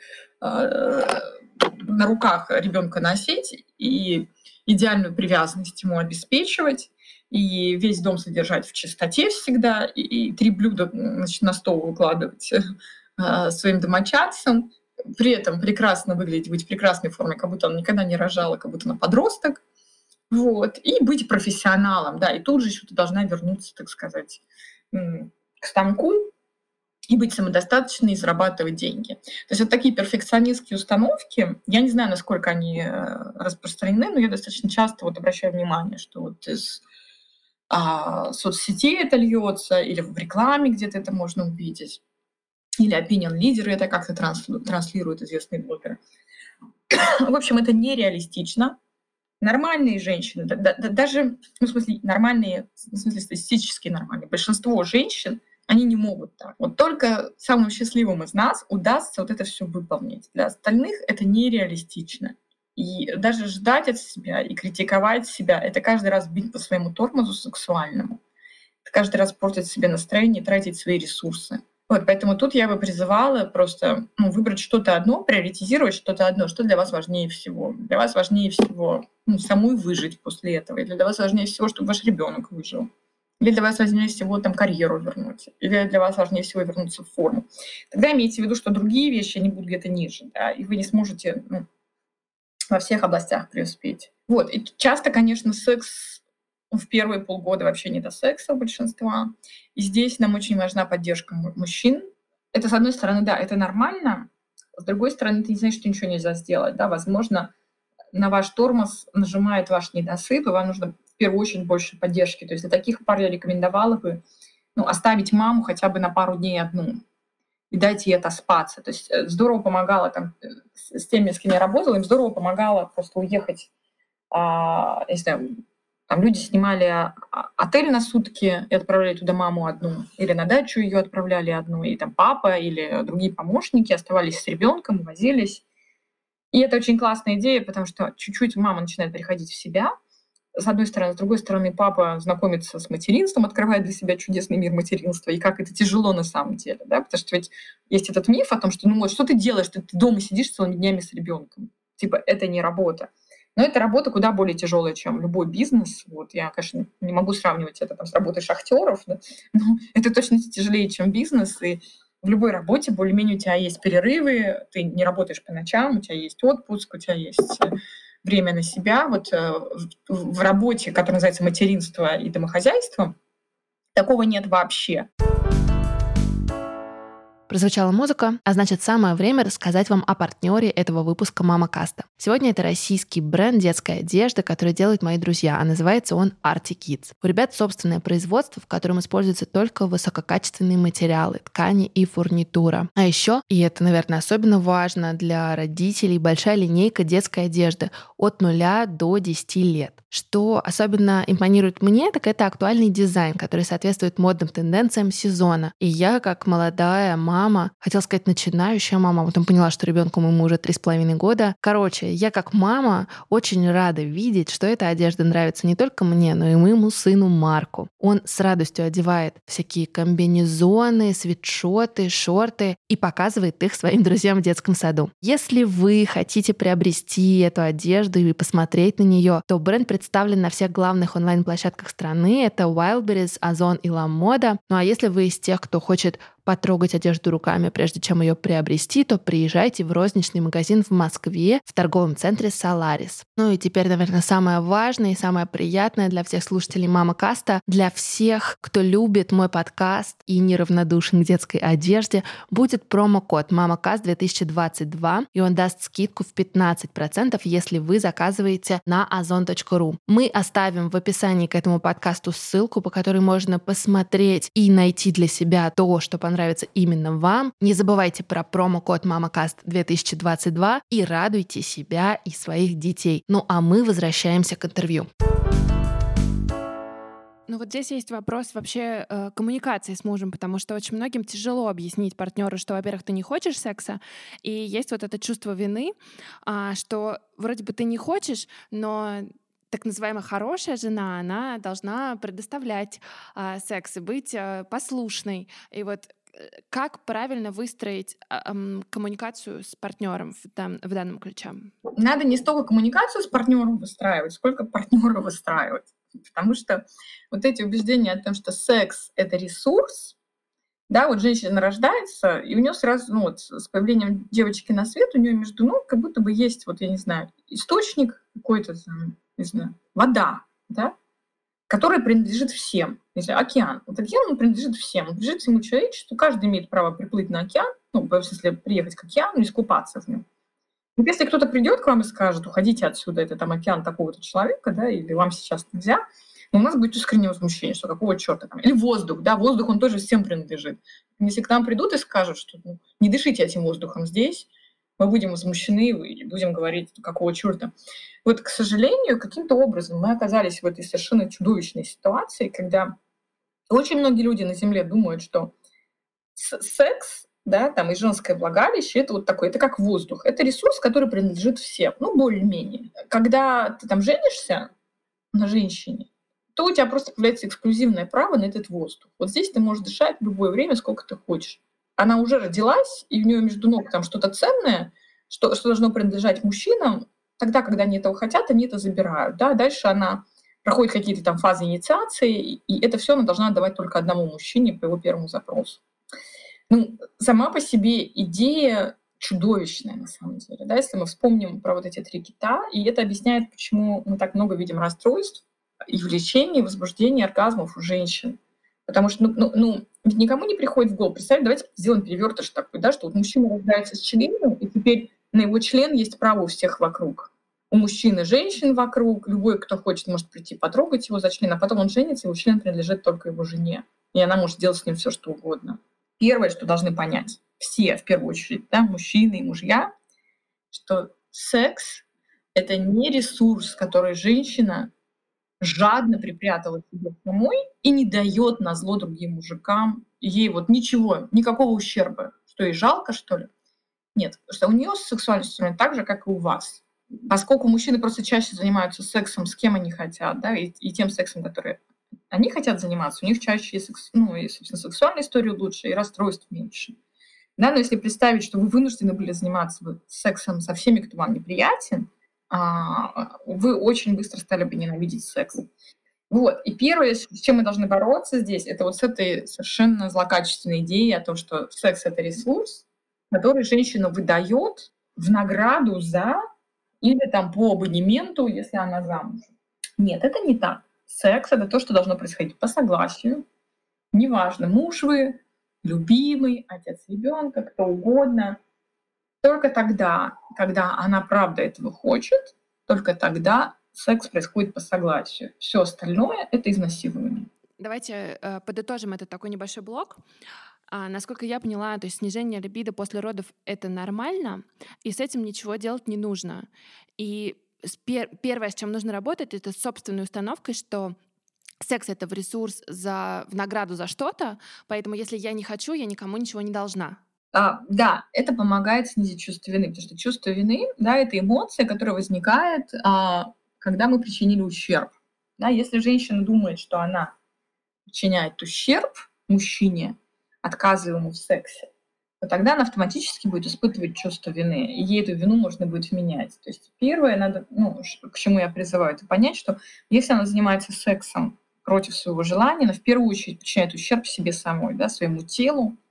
на руках ребенка носить, и идеальную привязанность ему обеспечивать, и весь дом содержать в чистоте всегда, и, и три блюда, значит, на стол выкладывать э, своим домочадцам, при этом прекрасно выглядеть, быть в прекрасной форме, как будто она никогда не рожала, как будто она подросток. Вот. И быть профессионалом, да, и тут же еще ты должна вернуться, так сказать, к станку и быть самодостаточной, и зарабатывать деньги. То есть вот такие перфекционистские установки, я не знаю, насколько они распространены, но я достаточно часто вот обращаю внимание, что вот из а, соцсетей это льется, или в рекламе где-то это можно увидеть, или opinion-лидеры это как-то транслируют известные блогеры. В общем, это нереалистично. Нормальные женщины, да, да, даже, ну, в смысле, нормальные, в смысле, статистически нормальные, большинство женщин, они не могут так. Вот только самым счастливым из нас удастся вот это все выполнить. Для остальных это нереалистично. И даже ждать от себя и критиковать себя — это каждый раз бить по своему тормозу сексуальному. Это каждый раз портить себе настроение, тратить свои ресурсы. Вот, поэтому тут я бы призывала просто ну, выбрать что-то одно, приоритизировать что-то одно, что для вас важнее всего. Для вас важнее всего ну, самой выжить после этого, или для вас важнее всего, чтобы ваш ребенок выжил, или для вас важнее всего там карьеру вернуть, или для вас важнее всего вернуться в форму. Тогда имейте в виду, что другие вещи, они будут где-то ниже, да, и вы не сможете ну, во всех областях преуспеть. Вот, и часто, конечно, секс в первые полгода вообще не до секса у большинства. И здесь нам очень важна поддержка мужчин. Это, с одной стороны, да, это нормально. С другой стороны, ты не знаешь, что ничего нельзя сделать. Да? Возможно, на ваш тормоз нажимает ваш недосып, и вам нужно в первую очередь больше поддержки. То есть для таких пар я рекомендовала бы ну, оставить маму хотя бы на пару дней одну и дать ей отоспаться. То есть здорово помогало там, с теми, с кем я работала, им здорово помогало просто уехать, а, я не знаю, там люди снимали отель на сутки и отправляли туда маму одну, или на дачу ее отправляли одну, и там папа или другие помощники оставались с ребенком, возились. И это очень классная идея, потому что чуть-чуть мама начинает приходить в себя, с одной стороны. С другой стороны, папа знакомится с материнством, открывает для себя чудесный мир материнства, и как это тяжело на самом деле. Да? Потому что ведь есть этот миф о том, что ну вот что ты делаешь, ты дома сидишь целыми днями с ребенком. Типа это не работа. Но это работа куда более тяжелая, чем любой бизнес. Вот я, конечно, не могу сравнивать это там, с работой шахтеров, да? Но это точно тяжелее, чем бизнес. И в любой работе более-менее у тебя есть перерывы, ты не работаешь по ночам, у тебя есть отпуск, у тебя есть время на себя. Вот в работе, которая называется материнство и домохозяйство, такого нет вообще. Прозвучала музыка, а значит, самое время рассказать вам о партнере этого выпуска «Мама Каста». Сегодня это российский бренд детской одежды, который делают мои друзья, а называется он Arty Kids. У ребят собственное производство, в котором используются только высококачественные материалы, ткани и фурнитура. А еще, и это, наверное, особенно важно для родителей, большая линейка детской одежды от нуля до десяти лет. Что особенно импонирует мне, так это актуальный дизайн, который соответствует модным тенденциям сезона. И я, как молодая мама, хотела сказать начинающая мама, а потом поняла, что ребенку моему уже три с половиной года. Короче, я как мама очень рада видеть, что эта одежда нравится не только мне, но и моему сыну Марку. Он с радостью одевает всякие комбинезоны, свитшоты, шорты и показывает их своим друзьям в детском саду. Если вы хотите приобрести эту одежду и посмотреть на нее, то бренд представлен на всех главных онлайн-площадках страны. Это Wildberries, Озон и LaModa. Ну а если вы из тех, кто хочет потрогать одежду руками, прежде чем ее приобрести, то приезжайте в розничный магазин в Москве в торговом центре «Соларис». Ну и теперь, наверное, самое важное и самое приятное для всех слушателей «Мама Каста», для всех, кто любит мой подкаст и неравнодушен к детской одежде, будет промокод «МамаКаст две тысячи двадцать два», и он даст скидку в пятнадцать процентов, если вы заказываете на озон точка ру. Мы оставим в описании к этому подкасту ссылку, по которой можно посмотреть и найти для себя то, что понравится именно вам. Не забывайте про промокод «МамаКаст две тысячи двадцать два» и радуйте себя и своих детей. Ну а мы возвращаемся к интервью. Ну вот здесь есть вопрос вообще э, коммуникации с мужем, потому что очень многим тяжело объяснить партнеру, что, во-первых, ты не хочешь секса, и есть вот это чувство вины, а, что вроде бы ты не хочешь, но так называемая хорошая жена, она должна предоставлять а, секс и быть а, послушной. И вот как правильно выстроить а, ам, коммуникацию с партнером в, дан- в данном ключе? Надо не столько коммуникацию с партнером выстраивать, сколько партнера выстраивать. Потому что вот эти убеждения о том, что секс — это ресурс, да, вот женщина рождается, и у нее сразу, ну вот с появлением девочки на свет, у нее между ног как будто бы есть, вот я не знаю, источник какой-то, не знаю, вода, да, которая принадлежит всем. Если океан, вот океан, он принадлежит всем, он принадлежит всему человечеству, каждый имеет право приплыть на океан, ну, в смысле, приехать к океану и искупаться в нем. И если кто-то придет к вам и скажет: уходите отсюда, это там океан такого-то человека, да, или вам сейчас нельзя, но у нас будет искреннее возмущение, что какого черта там. Или воздух, да, воздух, он тоже всем принадлежит. Если к нам придут и скажут, что ну, не дышите этим воздухом здесь, мы будем возмущены и будем говорить, какого черта. Вот, к сожалению, каким-то образом мы оказались в этой совершенно чудовищной ситуации, когда очень многие люди на Земле думают, что секс, да, там и женское влагалище — это вот такой, это как воздух, это ресурс, который принадлежит всем, ну, более-менее. Когда ты там женишься на женщине, то у тебя просто появляется эксклюзивное право на этот воздух. Вот здесь ты можешь дышать в любое время, сколько ты хочешь. Она уже родилась, и у нее между ног там что-то ценное, что, что должно принадлежать мужчинам. Тогда, когда они этого хотят, они это забирают. Да? Дальше она проходит какие-то там фазы инициации, и это все она должна отдавать только одному мужчине по его первому запросу. Ну, сама по себе идея чудовищная, на самом деле. Да? Если мы вспомним про вот эти три кита, и это объясняет, почему мы так много видим расстройств и влечений, возбуждений, оргазмов у женщин. Потому что, ну, ну, ну, никому не приходит в голову. Представьте, давайте сделаем перевертыш такой, да, что вот мужчина рождается с членом, и теперь на его член есть право у всех вокруг. У мужчины женщин вокруг, любой, кто хочет, может прийти потрогать его за член, а потом он женится, его член принадлежит только его жене. И она может делать с ним все, что угодно. Первое, что должны понять все, в первую очередь, да, мужчины и мужья, что секс — это не ресурс, который женщина жадно припрятала себе самой и не дает назло другим мужикам. Ей вот ничего, никакого ущерба. Что, ей жалко, что ли? Нет, потому что у нее сексуальность устроена так же, как и у вас. Поскольку мужчины просто чаще занимаются сексом, с кем они хотят, да, и, и тем сексом, который они хотят заниматься, у них чаще и, секс, ну, и собственно, сексуальная история лучше, и расстройств меньше. Да, но если представить, что вы вынуждены были заниматься сексом со всеми, кто вам неприятен, вы очень быстро стали бы ненавидеть секс. Вот. И первое, с чем мы должны бороться здесь, это вот с этой совершенно злокачественной идеей о том, что секс — это ресурс, который женщина выдает в награду за или там по абонементу, если она замужем. Нет, это не так. Секс — это то, что должно происходить по согласию. Неважно, муж вы, любимый, отец ребенка, кто угодно. Только тогда, когда она правда этого хочет, только тогда секс происходит по согласию. Все остальное — это изнасилование. Давайте э, подытожим этот такой небольшой блок. А, насколько я поняла, то есть снижение либидо после родов — это нормально, и с этим ничего делать не нужно. И пер- первое, с чем нужно работать, это с собственной установкой, что секс — это в ресурс за, в награду за что-то, поэтому если я не хочу, я никому ничего не должна. А, да, это помогает снизить чувство вины, потому что чувство вины, да, это эмоция, которая возникает, а, когда мы причинили ущерб. Да, если женщина думает, что она причиняет ущерб мужчине, отказывая ему в сексе, то тогда она автоматически будет испытывать чувство вины, и ей эту вину можно будет вменять. То есть первое, надо, ну, к чему я призываю, это понять, что если она занимается сексом против своего желания, она в первую очередь причиняет ущерб себе самой, да, своему телу,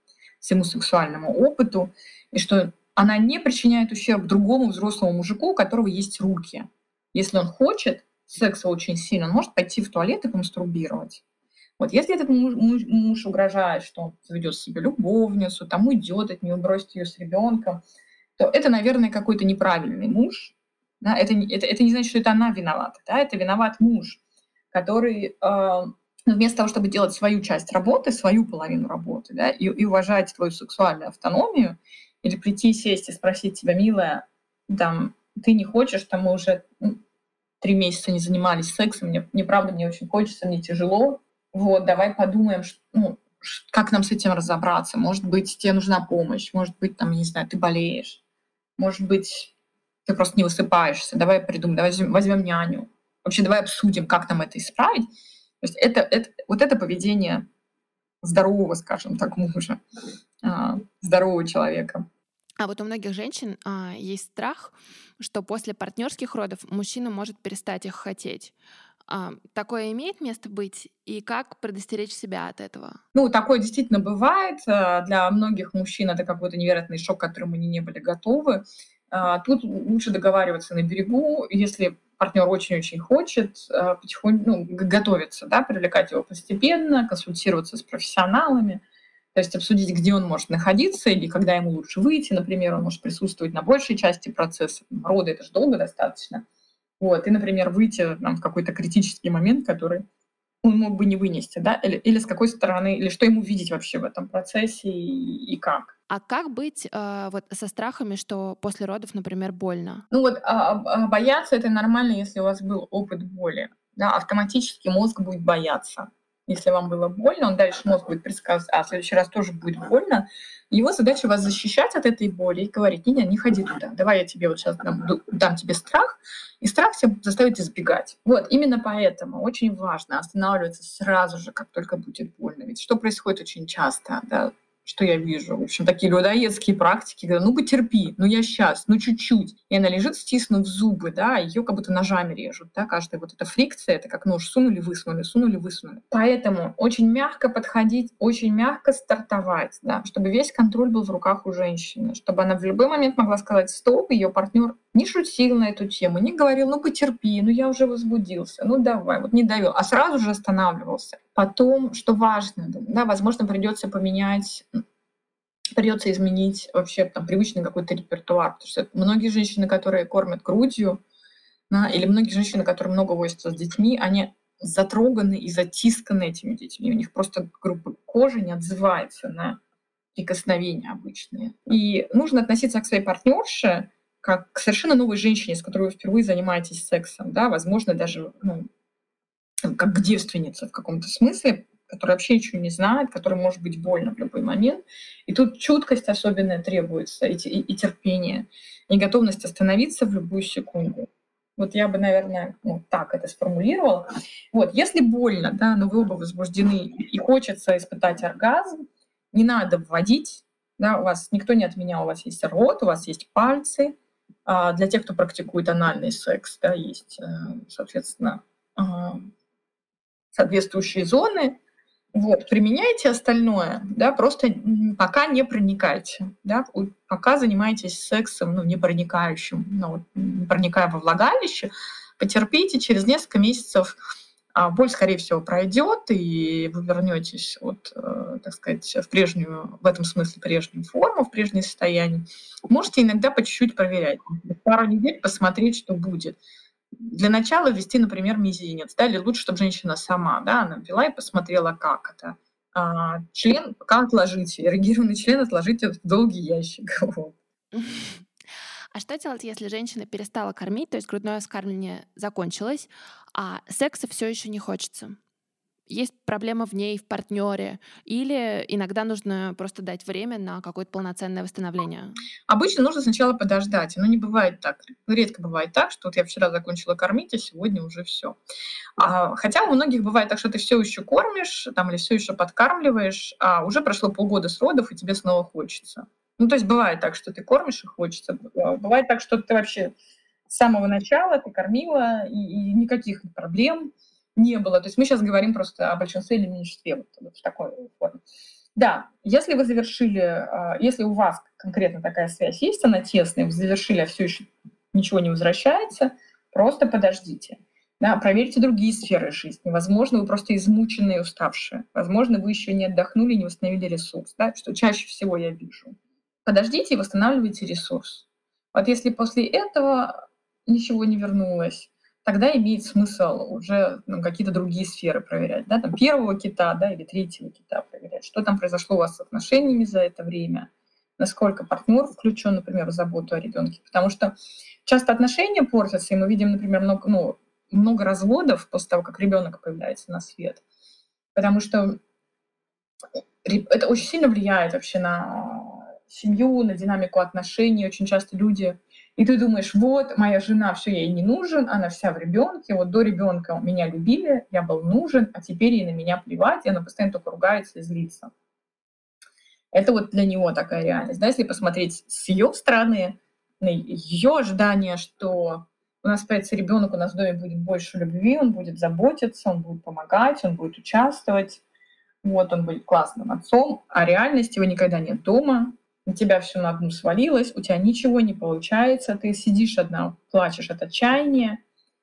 всему сексуальному опыту, и что она не причиняет ущерб другому взрослому мужику, у которого есть руки. Если он хочет секса очень сильно, он может пойти в туалет и помастурбировать. Вот если этот муж, муж, муж угрожает, что он заведет себе любовницу, там уйдет от нее, бросит ее с ребенком, то это, наверное, какой-то неправильный муж. Да? Это, это, это не значит, что это она виновата. Да? Это виноват муж, который э, вместо того, чтобы делать свою часть работы, свою половину работы, да, и, и уважать твою сексуальную автономию, или прийти, сесть и спросить тебя, милая, там, ты не хочешь, там мы уже три месяца не занимались сексом, мне, мне правда, мне очень хочется, мне тяжело, вот, давай подумаем, что, ну, как нам с этим разобраться. Может быть, тебе нужна помощь, может быть, там, не знаю, ты болеешь, может быть, ты просто не высыпаешься, давай придумаем, давай возьмем, возьмем няню. Вообще, давай обсудим, как нам это исправить. То есть это, это, вот это поведение здорового, скажем так, мужа, здорового человека. А вот у многих женщин а, есть страх, что после партнерских родов мужчина может перестать их хотеть. А, такое имеет место быть? И как предостеречь себя от этого? Ну, такое действительно бывает. Для многих мужчин это какой-то невероятный шок, к которому они не были готовы. Тут лучше договариваться на берегу. Если партнер очень-очень хочет, потихоньку ну, готовиться, да, привлекать его постепенно, консультироваться с профессионалами. То есть обсудить, где он может находиться или когда ему лучше выйти. Например, он может присутствовать на большей части процесса. Роды — это же долго достаточно. Вот. И, например, выйти там, в какой-то критический момент, который он мог бы не вынести. Да? Или, или с какой стороны, или что ему видеть вообще в этом процессе и, и как. А как быть э, вот со страхами, что после родов, например, больно? Ну вот а, а, бояться — это нормально, если у вас был опыт боли. Да? Автоматически мозг будет бояться. Если вам было больно, он дальше мозг будет предсказывать, а в следующий раз тоже будет больно. Его задача вас защищать от этой боли и говорить: не, не, не ходи туда, давай я тебе вот сейчас дам, дам тебе страх, и страх тебя заставит избегать. Вот, именно поэтому очень важно останавливаться сразу же, как только будет больно. Ведь что происходит очень часто, да, что я вижу, в общем, такие людоедские практики, говорят: ну потерпи, ну я сейчас, ну чуть-чуть. И она лежит, стиснув зубы, да, ее как будто ножами режут, да, каждая вот эта фрикция, это как нож сунули, высунули, сунули, высунули. Поэтому очень мягко подходить, очень мягко стартовать, да, чтобы весь контроль был в руках у женщины, чтобы она в любой момент могла сказать стоп, ее партнер не шутил на эту тему, не говорил: ну потерпи, ну я уже возбудился, ну давай, вот не довел, а сразу же останавливался. Потом, что важно, да, возможно, придется поменять, придется изменить вообще там привычный какой-то репертуар, потому что многие женщины, которые кормят грудью, да, или многие женщины, которые много возятся с детьми, они затроганы и затисканы этими детьми, у них просто, грубо, кожа не отзывается на прикосновения обычные. И нужно относиться к своей партнерше как к совершенно новой женщине, с которой вы впервые занимаетесь сексом, да, возможно, даже ну, как к девственнице в каком-то смысле, которая вообще ничего не знает, которой может быть больно в любой момент. И тут чуткость особенная требуется, и, и, и терпение, и готовность остановиться в любую секунду. Вот я бы, наверное, ну, так это сформулировала. Вот, если больно, да, но вы оба возбуждены и хочется испытать оргазм, не надо вводить, да, у вас никто не отменял, у вас есть рот, у вас есть пальцы. А для тех, кто практикует анальный секс, да, есть, соответственно, соответствующие зоны. Вот, применяйте остальное, да, просто пока не проникайте, да, пока занимаетесь сексом, ну, не проникающим, ну, не проникая во влагалище, потерпите, через несколько месяцев а, боль, скорее всего, пройдет, и вы вернетесь, вот, э, так сказать, в прежнюю, в этом смысле, прежнюю форму, в прежнее состояние. Можете иногда по чуть-чуть проверять, пару недель посмотреть, что будет. Для начала ввести, например, мизинец, да, или лучше, чтобы женщина сама, да, она ввела и посмотрела, как это. А, член пока отложите, эрегированный член отложите в долгий ящик. Вот. А что делать, если женщина перестала кормить, то есть грудное вскармливание закончилось, а секса все еще не хочется? Есть проблема в ней, в партнере, или иногда нужно просто дать время на какое-то полноценное восстановление? Обычно нужно сначала подождать, но не бывает так. Редко бывает так, что вот я вчера закончила кормить, а сегодня уже все. А, хотя у многих бывает так, что ты все еще кормишь, там, или все еще подкармливаешь, а уже прошло полгода с родов, и тебе снова хочется. Ну, то есть бывает так, что ты кормишь и хочется. Бывает так, что ты вообще с самого начала ты кормила, и, и никаких проблем не было. То есть мы сейчас говорим просто о большинстве или меньшинстве вот, вот в такой форме. Да, если вы завершили, а, если у вас конкретно такая связь есть, она тесная, вы завершили, а все еще ничего не возвращается, просто подождите. Да, проверьте другие сферы жизни. Возможно, вы просто измученные и уставшие. Возможно, вы еще не отдохнули, не восстановили ресурс, да, что чаще всего я вижу. Подождите и восстанавливайте ресурс. Вот если после этого ничего не вернулось, тогда имеет смысл уже ну, какие-то другие сферы проверять. Да? Там первого кита да, или третьего кита проверять. Что там произошло у вас с отношениями за это время, насколько партнер включен, например, в заботу о ребенке. Потому что часто отношения портятся, и мы видим, например, много, ну, много разводов после того, как ребенок появляется на свет. Потому что это очень сильно влияет вообще на семью, на динамику отношений. Очень часто люди... И ты думаешь, вот, моя жена, все ей не нужен, она вся в ребенке. Вот до ребенка меня любили, я был нужен, а теперь ей на меня плевать, и она постоянно только ругается и злится. Это вот для него такая реальность. Да? Если посмотреть с ее стороны, на ее ожидание, что у нас появится ребенок, у нас в доме будет больше любви, он будет заботиться, он будет помогать, он будет участвовать. Вот он будет классным отцом, а реальность его никогда нет дома, у тебя все на одну свалилось, у тебя ничего не получается, ты сидишь одна, плачешь от отчаяния,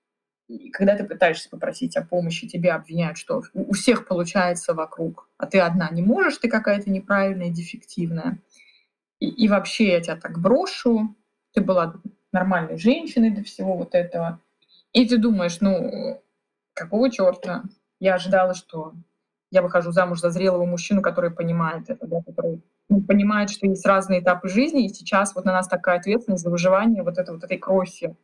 и когда ты пытаешься попросить о помощи, тебя обвиняют, что у всех получается вокруг, а ты одна не можешь, ты какая-то неправильная, дефективная. И, и вообще я тебя так брошу, ты была нормальной женщиной до всего вот этого. И ты думаешь, ну, какого черта? Я ожидала, что я выхожу замуж за зрелого мужчину, который понимает это, да, который ну, понимает, что есть разные этапы жизни, и сейчас вот на нас такая ответственность за выживание вот, это, вот этой крови.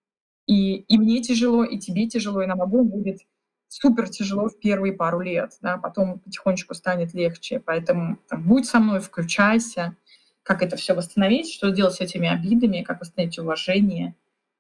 И, и мне тяжело, и тебе тяжело, и нам обоим будет супер тяжело в первые пару лет, да, потом потихонечку станет легче. Поэтому там, будь со мной, включайся, как это все восстановить, что делать с этими обидами, как восстановить уважение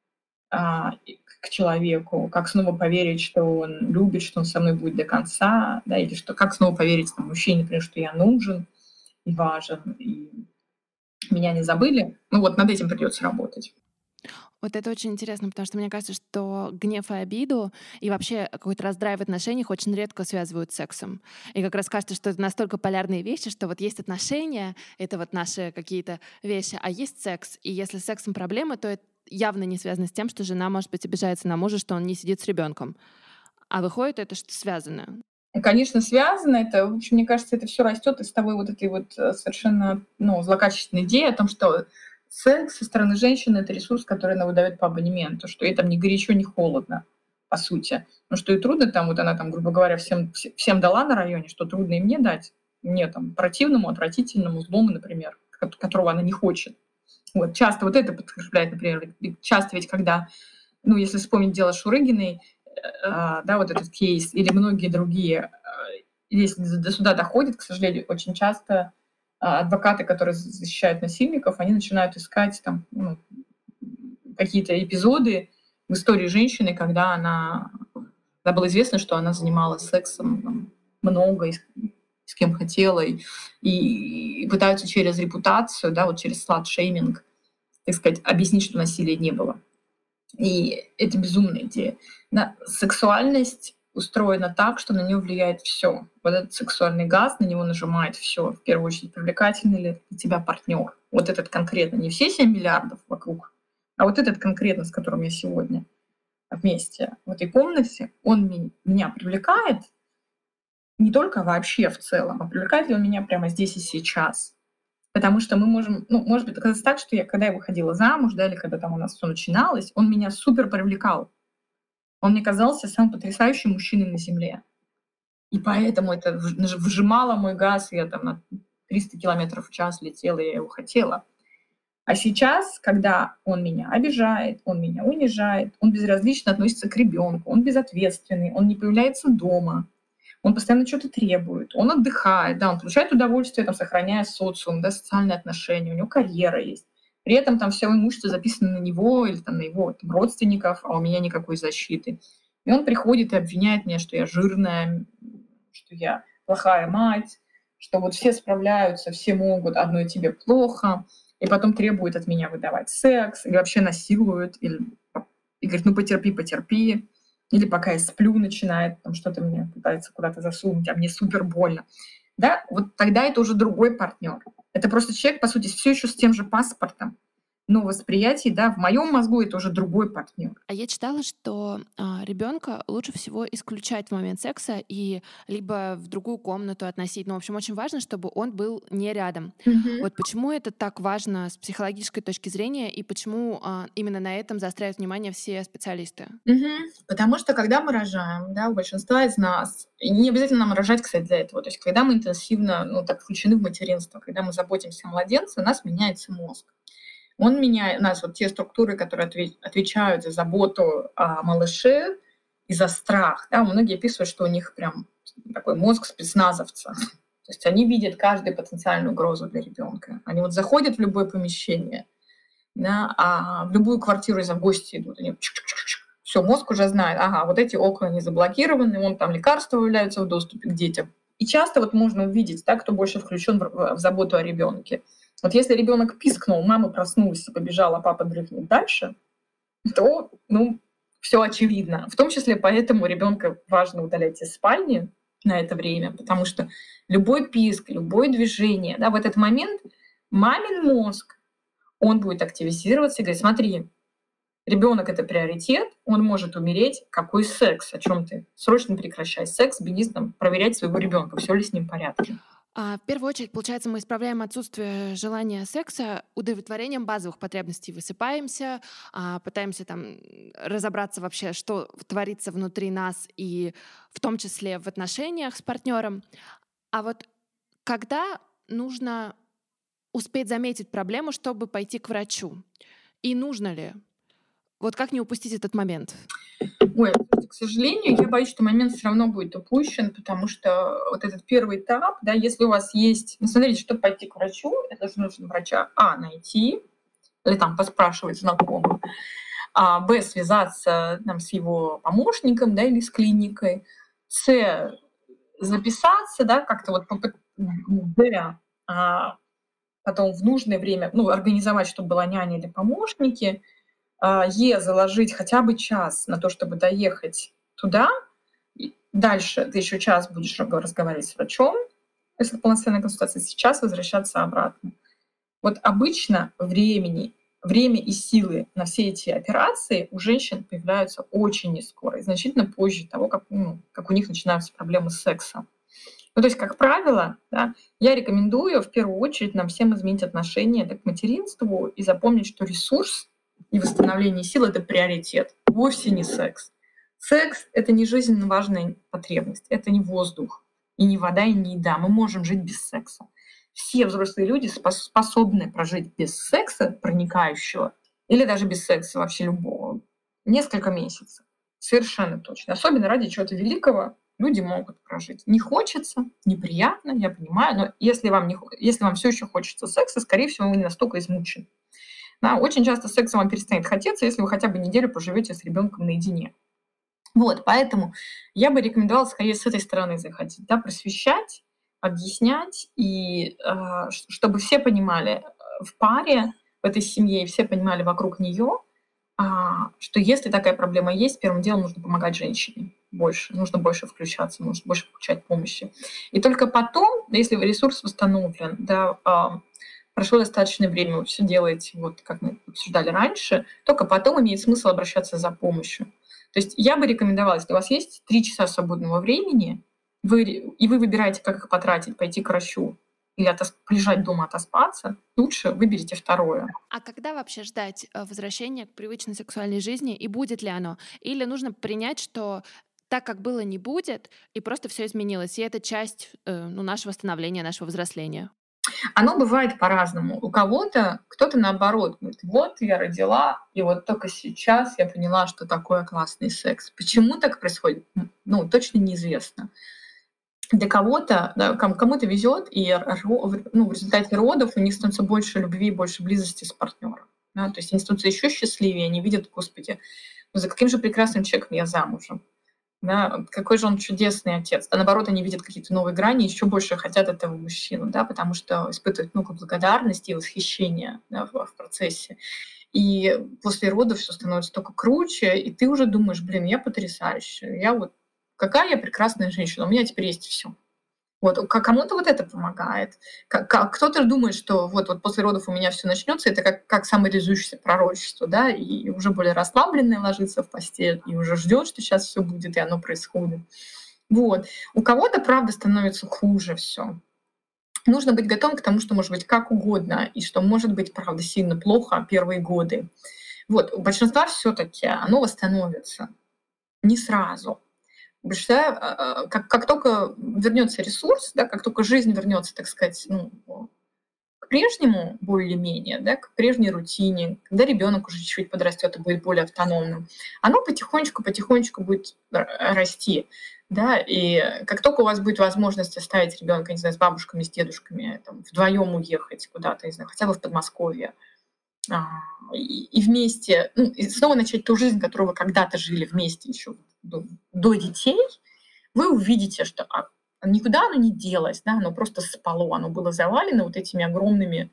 а, к человеку, как снова поверить, что он любит, что он со мной будет до конца, да, или что как снова поверить там, мужчине, например, что я нужен и важен, и меня не забыли. Ну вот над этим придется работать. Вот это очень интересно, потому что мне кажется, что гнев и обиду и вообще какой-то раздрай в отношениях очень редко связывают с сексом. И как раз кажется, что это настолько полярные вещи, что вот есть отношения, это вот наши какие-то вещи, а есть секс. И если с сексом проблемы, то это явно не связано с тем, что жена, может быть, обижается на мужа, что он не сидит с ребенком. А выходит, это что-то связано. Конечно, связано это. В общем, мне кажется, это все растет из того вот этой вот совершенно ну, злокачественной идеи о том, что секс со стороны женщины — это ресурс, который она выдает по абонементу, что ей там ни горячо, ни холодно, по сути. Ну, что и трудно там, вот она там, грубо говоря, всем, всем дала на районе, что трудно и мне дать, мне там противному, отвратительному, злому, например, которого она не хочет. Вот, часто вот это подкрепляет, например, часто ведь когда, ну, если вспомнить дело Шурыгиной, э, да, вот этот кейс, или многие другие, э, если до суда доходит, к сожалению, очень часто адвокаты, которые защищают насильников, они начинают искать там, ну, какие-то эпизоды в истории женщины, когда она, когда было известно, что она занималась сексом там, много и с, с кем хотела, и, и пытаются через репутацию, да, вот через слат-шейминг, так сказать, объяснить, что насилия не было. И это безумная идея. На сексуальность устроена так, что на нее влияет все. Вот этот сексуальный газ, на него нажимает все. В первую очередь, привлекательный ли для тебя партнер. Вот этот конкретно, не все семь миллиардов вокруг, а вот этот конкретно, с которым я сегодня вместе в этой комнате, он меня привлекает не только вообще в целом, а привлекает ли он меня прямо здесь и сейчас. Потому что мы можем, ну, может быть, оказаться так, что я, когда я выходила замуж, да, или когда там у нас все начиналось, он меня супер привлекал. Он мне казался самым потрясающим мужчиной на земле. И поэтому это выжимало мой газ, я там на триста километров в час летела, и я его хотела. А сейчас, когда он меня обижает, он меня унижает, он безразлично относится к ребенку, он безответственный, он не появляется дома, он постоянно что-то требует, он отдыхает, да, он получает удовольствие, там, сохраняя социум, да, социальные отношения, у него карьера есть. При этом там все имущество записано на него или там, на его там, родственников, а у меня никакой защиты. И он приходит и обвиняет меня, что я жирная, что я плохая мать, что вот все справляются, все могут, одной тебе плохо, и потом требует от меня выдавать секс, или вообще насилует, или, и говорит, ну потерпи, потерпи. Или пока я сплю, начинает там что-то мне пытается куда-то засунуть, а мне супер больно. да, вот тогда это уже другой партнер. Это просто человек, по сути, все еще с тем же паспортом, но восприятие, да, в моем мозгу это уже другой партнер. А я читала, что а, ребенка лучше всего исключать в момент секса и либо в другую комнату относить. Ну, в общем, очень важно, чтобы он был не рядом. Мгм. Вот почему это так важно с психологической точки зрения и почему а, именно на этом заостряют внимание все специалисты? Мгм. Потому что когда мы рожаем, да, у большинства из нас, и не обязательно нам рожать, кстати, для этого, то есть когда мы интенсивно, ну, так включены в материнство, когда мы заботимся о младенце, у нас меняется мозг. Он меняет нас, вот те структуры, которые отве- отвечают за заботу о малыше и за страх. Да, многие описывают, что у них прям такой мозг спецназовца. То есть они видят каждую потенциальную угрозу для ребенка. Они вот заходят в любое помещение, да, а в любую квартиру из-за гости идут. Они все, мозг уже знает, ага, вот эти окна не заблокированы, вон там лекарства появляются в доступе к детям. И часто вот можно увидеть, да, кто больше включен в, в заботу о ребенке. Вот если ребенок пискнул, мама проснулась и побежала, а папа дрыхнет дальше, то, ну, все очевидно. В том числе поэтому ребенка важно удалять из спальни на это время, потому что любой писк, любое движение, да, в этот момент мамин мозг, он будет активизироваться и говорить: смотри, ребенок это приоритет, он может умереть, какой секс, о чем ты? Срочно прекращай секс, беги там проверять своего ребенка, все ли с ним в порядке. А, в первую очередь, получается, мы исправляем отсутствие желания секса удовлетворением базовых потребностей. Высыпаемся, а, пытаемся там разобраться вообще, что творится внутри нас, и в том числе в отношениях с партнером. А вот когда нужно успеть заметить проблему, чтобы пойти к врачу? И нужно ли? Вот как не упустить этот момент? Ой, слушайте, к сожалению, я боюсь, что момент все равно будет упущен, потому что вот этот первый этап, да, если у вас есть... Ну, смотрите, чтобы пойти к врачу, это же нужно врача, а, найти, или там поспрашивать знакомых, а, б, связаться там, с его помощником, да, или с клиникой, с, записаться, да, как-то вот, попыт- д, а, потом в нужное время, ну, организовать, чтобы была няня или помощники, а, Е, заложить хотя бы час на то, чтобы доехать туда. И дальше ты еще час будешь разго- разговаривать с врачом, если это полноценная консультация, сейчас возвращаться обратно. Вот обычно времени, время и силы на все эти операции у женщин появляются очень нескоро, и значительно позже того, как, ну, как у них начинаются проблемы с сексом. Ну, то есть, как правило, да, я рекомендую в первую очередь нам всем изменить отношение к материнству и запомнить, что ресурс и восстановление сил — это приоритет, вовсе не секс. Секс — это не жизненно важная потребность, это не воздух, и не вода, и не еда. Мы можем жить без секса. Все взрослые люди способны прожить без секса проникающего или даже без секса вообще любого несколько месяцев. Совершенно точно. Особенно ради чего-то великого люди могут прожить. Не хочется, неприятно, я понимаю, но если вам, не, если вам все еще хочется секса, скорее всего, вы не настолько измучены. Да, очень часто секса вам перестанет хотеться, если вы хотя бы неделю поживете с ребенком наедине. Вот, поэтому я бы рекомендовала скорее с этой стороны заходить, да, просвещать, объяснять, и э, чтобы все понимали в паре, в этой семье, и все понимали вокруг нее, а, что если такая проблема есть, первым делом нужно помогать женщине больше, нужно больше включаться, нужно больше получать помощи. И только потом, если ресурс восстановлен, да, а, прошло достаточное время, вы все делаете, вот как мы обсуждали раньше, только потом имеет смысл обращаться за помощью. То есть я бы рекомендовала, если у вас есть три часа свободного времени, вы, и вы выбираете, как их потратить, пойти к врачу или отос- лежать дома отоспаться, лучше выберите второе. А когда вообще ждать э, возвращения к привычной сексуальной жизни, и будет ли оно? Или нужно принять, что так, как было, не будет, и просто все изменилось, и это часть э, ну, нашего становления, нашего взросления? Оно бывает по-разному. У кого-то, кто-то наоборот говорит: вот я родила, и вот только сейчас я поняла, что такое классный секс. Почему так происходит? Ну, точно неизвестно. Для кого-то, да, ком- кому-то везет, и ро- в- ну, в результате родов у них становится больше любви, больше близости с партнером. Да? То есть они становятся еще счастливее, они видят: господи, ну за каким же прекрасным человеком я замужем. Да, какой же он чудесный отец. А наоборот, они видят какие-то новые грани, еще больше хотят этого мужчину, да, потому что испытывают много благодарности и восхищения, да, в, в процессе. И после родов все становится только круче, и ты уже думаешь: блин, я потрясающая, я вот какая я прекрасная женщина, у меня теперь есть все. Вот, к кому-то вот это помогает. К к кто-то думает, что вот вот после родов у меня всё начнётся. Это как как самореализующееся пророчество, да, и уже более расслабленный ложится в постель и уже ждёт, что щас всё будет, и оно происходит. Вот. У кого-то, правда, становится хуже всё. Нужно быть готовым к тому, что может быть как угодно, и что может быть, правда, сильно плохо первые годы. Вот. У большинства всё-таки оно восстановится. Не сразу. Потому что, а, как как тока вернётся ресурс, да, как тока жизнь вернётся, так сказать, ну, к прежнему более-менее, да, к прежней рутине, когда ребёнок уже чуть-чуть подрастёт и будет более автономным, оно потихонечку потихонечку будет р расти, да. И как тока у вас будет возможность оставить ребёнка, не знаю, с бабушками, с дедушками, там, вдвоём уехать куда-то, не знаю, хотя бы в Подмосковье, а, и и вместе, ну, и снова начать ту жизнь, которую вы когда-то жили вместе ещё до до детей, вы увидите, что, а, никуда оно не делось, да, оно просто спало, оно было завалено вот этими огромными,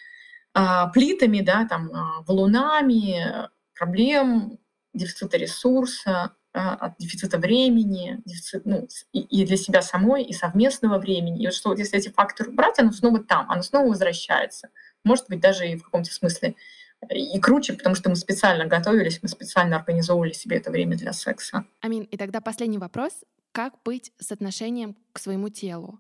а, плитами, да, там, а, валунами проблем, дефицита ресурса, а, от дефицита времени, дефицит, ну, с и и для себя самой, и совместного времени. И вот что вот если эти факторы убрать, оно снова там, оно снова возвращается. Может быть, даже и в каком-то смысле и круче, потому что мы специально готовились, мы специально организовывали себе это время для секса. Амин, и тогда последний вопрос: как быть с отношением к своему телу?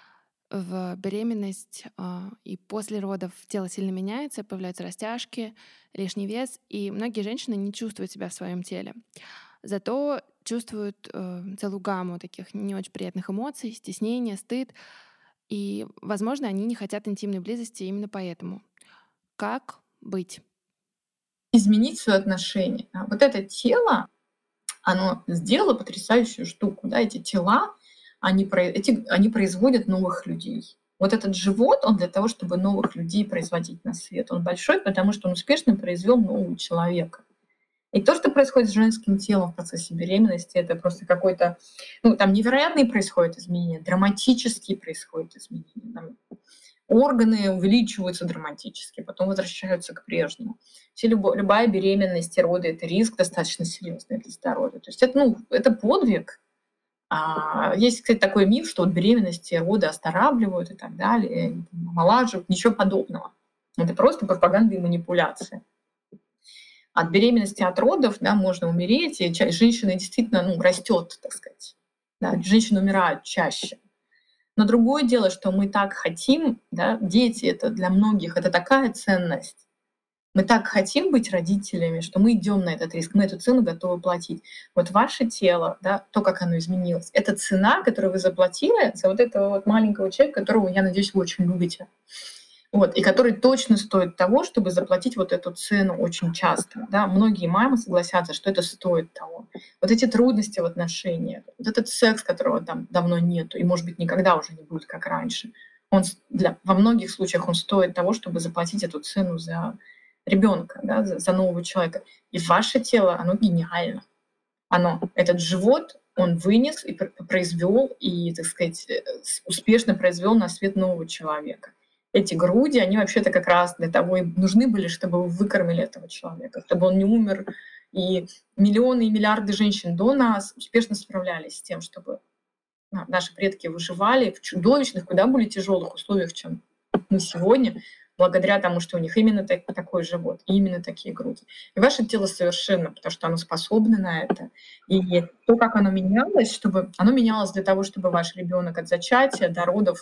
В беременность, а, и после родов тело сильно меняется, появляются растяжки, лишний вес, и многие женщины не чувствуют себя в своем теле. Зато чувствуют, э, целую гамму таких не очень приятных эмоций: стеснение, стыд. И, возможно, они не хотят интимной близости именно поэтому. Как быть? Изменить своё отношение. А вот это тело, оно сделало потрясающую штуку, да. Эти тела, они про эти они производят новых людей. Вот этот живот, он для того, чтобы новых людей производить на свет. Он большой, потому что он успешно произвёл нового человека. И то, что происходит с женским телом в процессе беременности, это просто какой-то, ну, там невероятные происходят изменения, драматические происходят изменения. Там органы увеличиваются драматически, потом возвращаются к прежнему. Вообще любо любая беременность и роды — это риск достаточно серьёзный для здоровья. То есть это, ну, это подвиг. А, есть, кстати, такой миф, что вот беременность и роды оздоравливают и так далее, и омолаживают. Ничего подобного. Это просто пропаганда и манипуляция. От беременности, от родов, да, можно умереть, и ча женщина действительно, ну, растёт, так сказать. Да, женщины умирают чаще. Но другое дело, что мы так хотим, да, дети — это для многих это такая ценность. Мы так хотим быть родителями, что мы идём на этот риск, мы эту цену готовы платить. Вот ваше тело, да, то, как оно изменилось — это цена, которую вы заплатили за вот этого вот маленького человека, которого, я надеюсь, вы очень любите. Вот, и который точно стоит того, чтобы заплатить вот эту цену очень часто, да. Многие мамы согласятся, что это стоит того. Вот эти трудности в отношениях, вот этот секс, которого там давно нету и, может быть, никогда уже не будет, как раньше, он с для во многих случаях он стоит того, чтобы заплатить эту цену за ребёнка, да, за за нового человека. И ваше тело, оно гениально. Оно этот живот, он вынес и пр произвёл, и, так сказать, э, с успешно произвёл на свет нового человека. Эти груди, они вообще-то как раз для того и нужны были, чтобы вы выкормили этого человека, чтобы он не умер. И миллионы и миллиарды женщин до нас успешно справлялись с тем, чтобы, а, наши предки выживали в чудовищных, куда более тяжёлых условиях, чем мы сегодня, благодаря тому, что у них именно так такой живот и именно такие груди. И ваше тело совершенно, потому что оно способно на это. И то, как оно менялось, чтобы оно менялось для того, чтобы ваш ребёнок от зачатия до родов,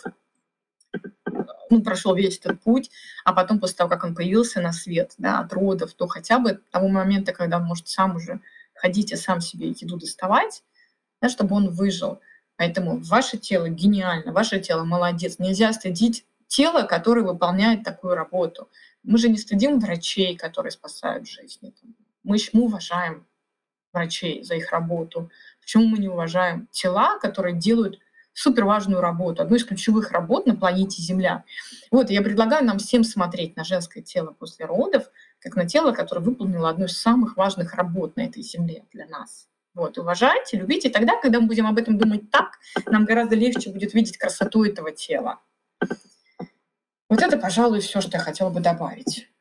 ну, прошёл весь этот путь, а потом, после того, как он появился на свет, да, от родов до хотя бы того момента, когда он может сам уже ходить и сам себе еду доставать, да, чтобы он выжил. Поэтому ваше тело гениально, ваше тело молодец. Нельзя стыдить тело, которое выполняет такую работу. Мы же не стыдим врачей, которые спасают жизни. Мы ж мы уважаем врачей за их работу. Почему мы не уважаем тела, которые делают суперважную работу, одну из ключевых работ на планете Земля? Вот, и я предлагаю нам всем смотреть на женское тело после родов как на тело, которое выполнило одну из самых важных работ на этой Земле для нас. Вот, уважайте, любите. И тогда, когда мы будем об этом думать так, нам гораздо легче будет видеть красоту этого тела. Вот это, пожалуй, всё, что я хотела бы добавить.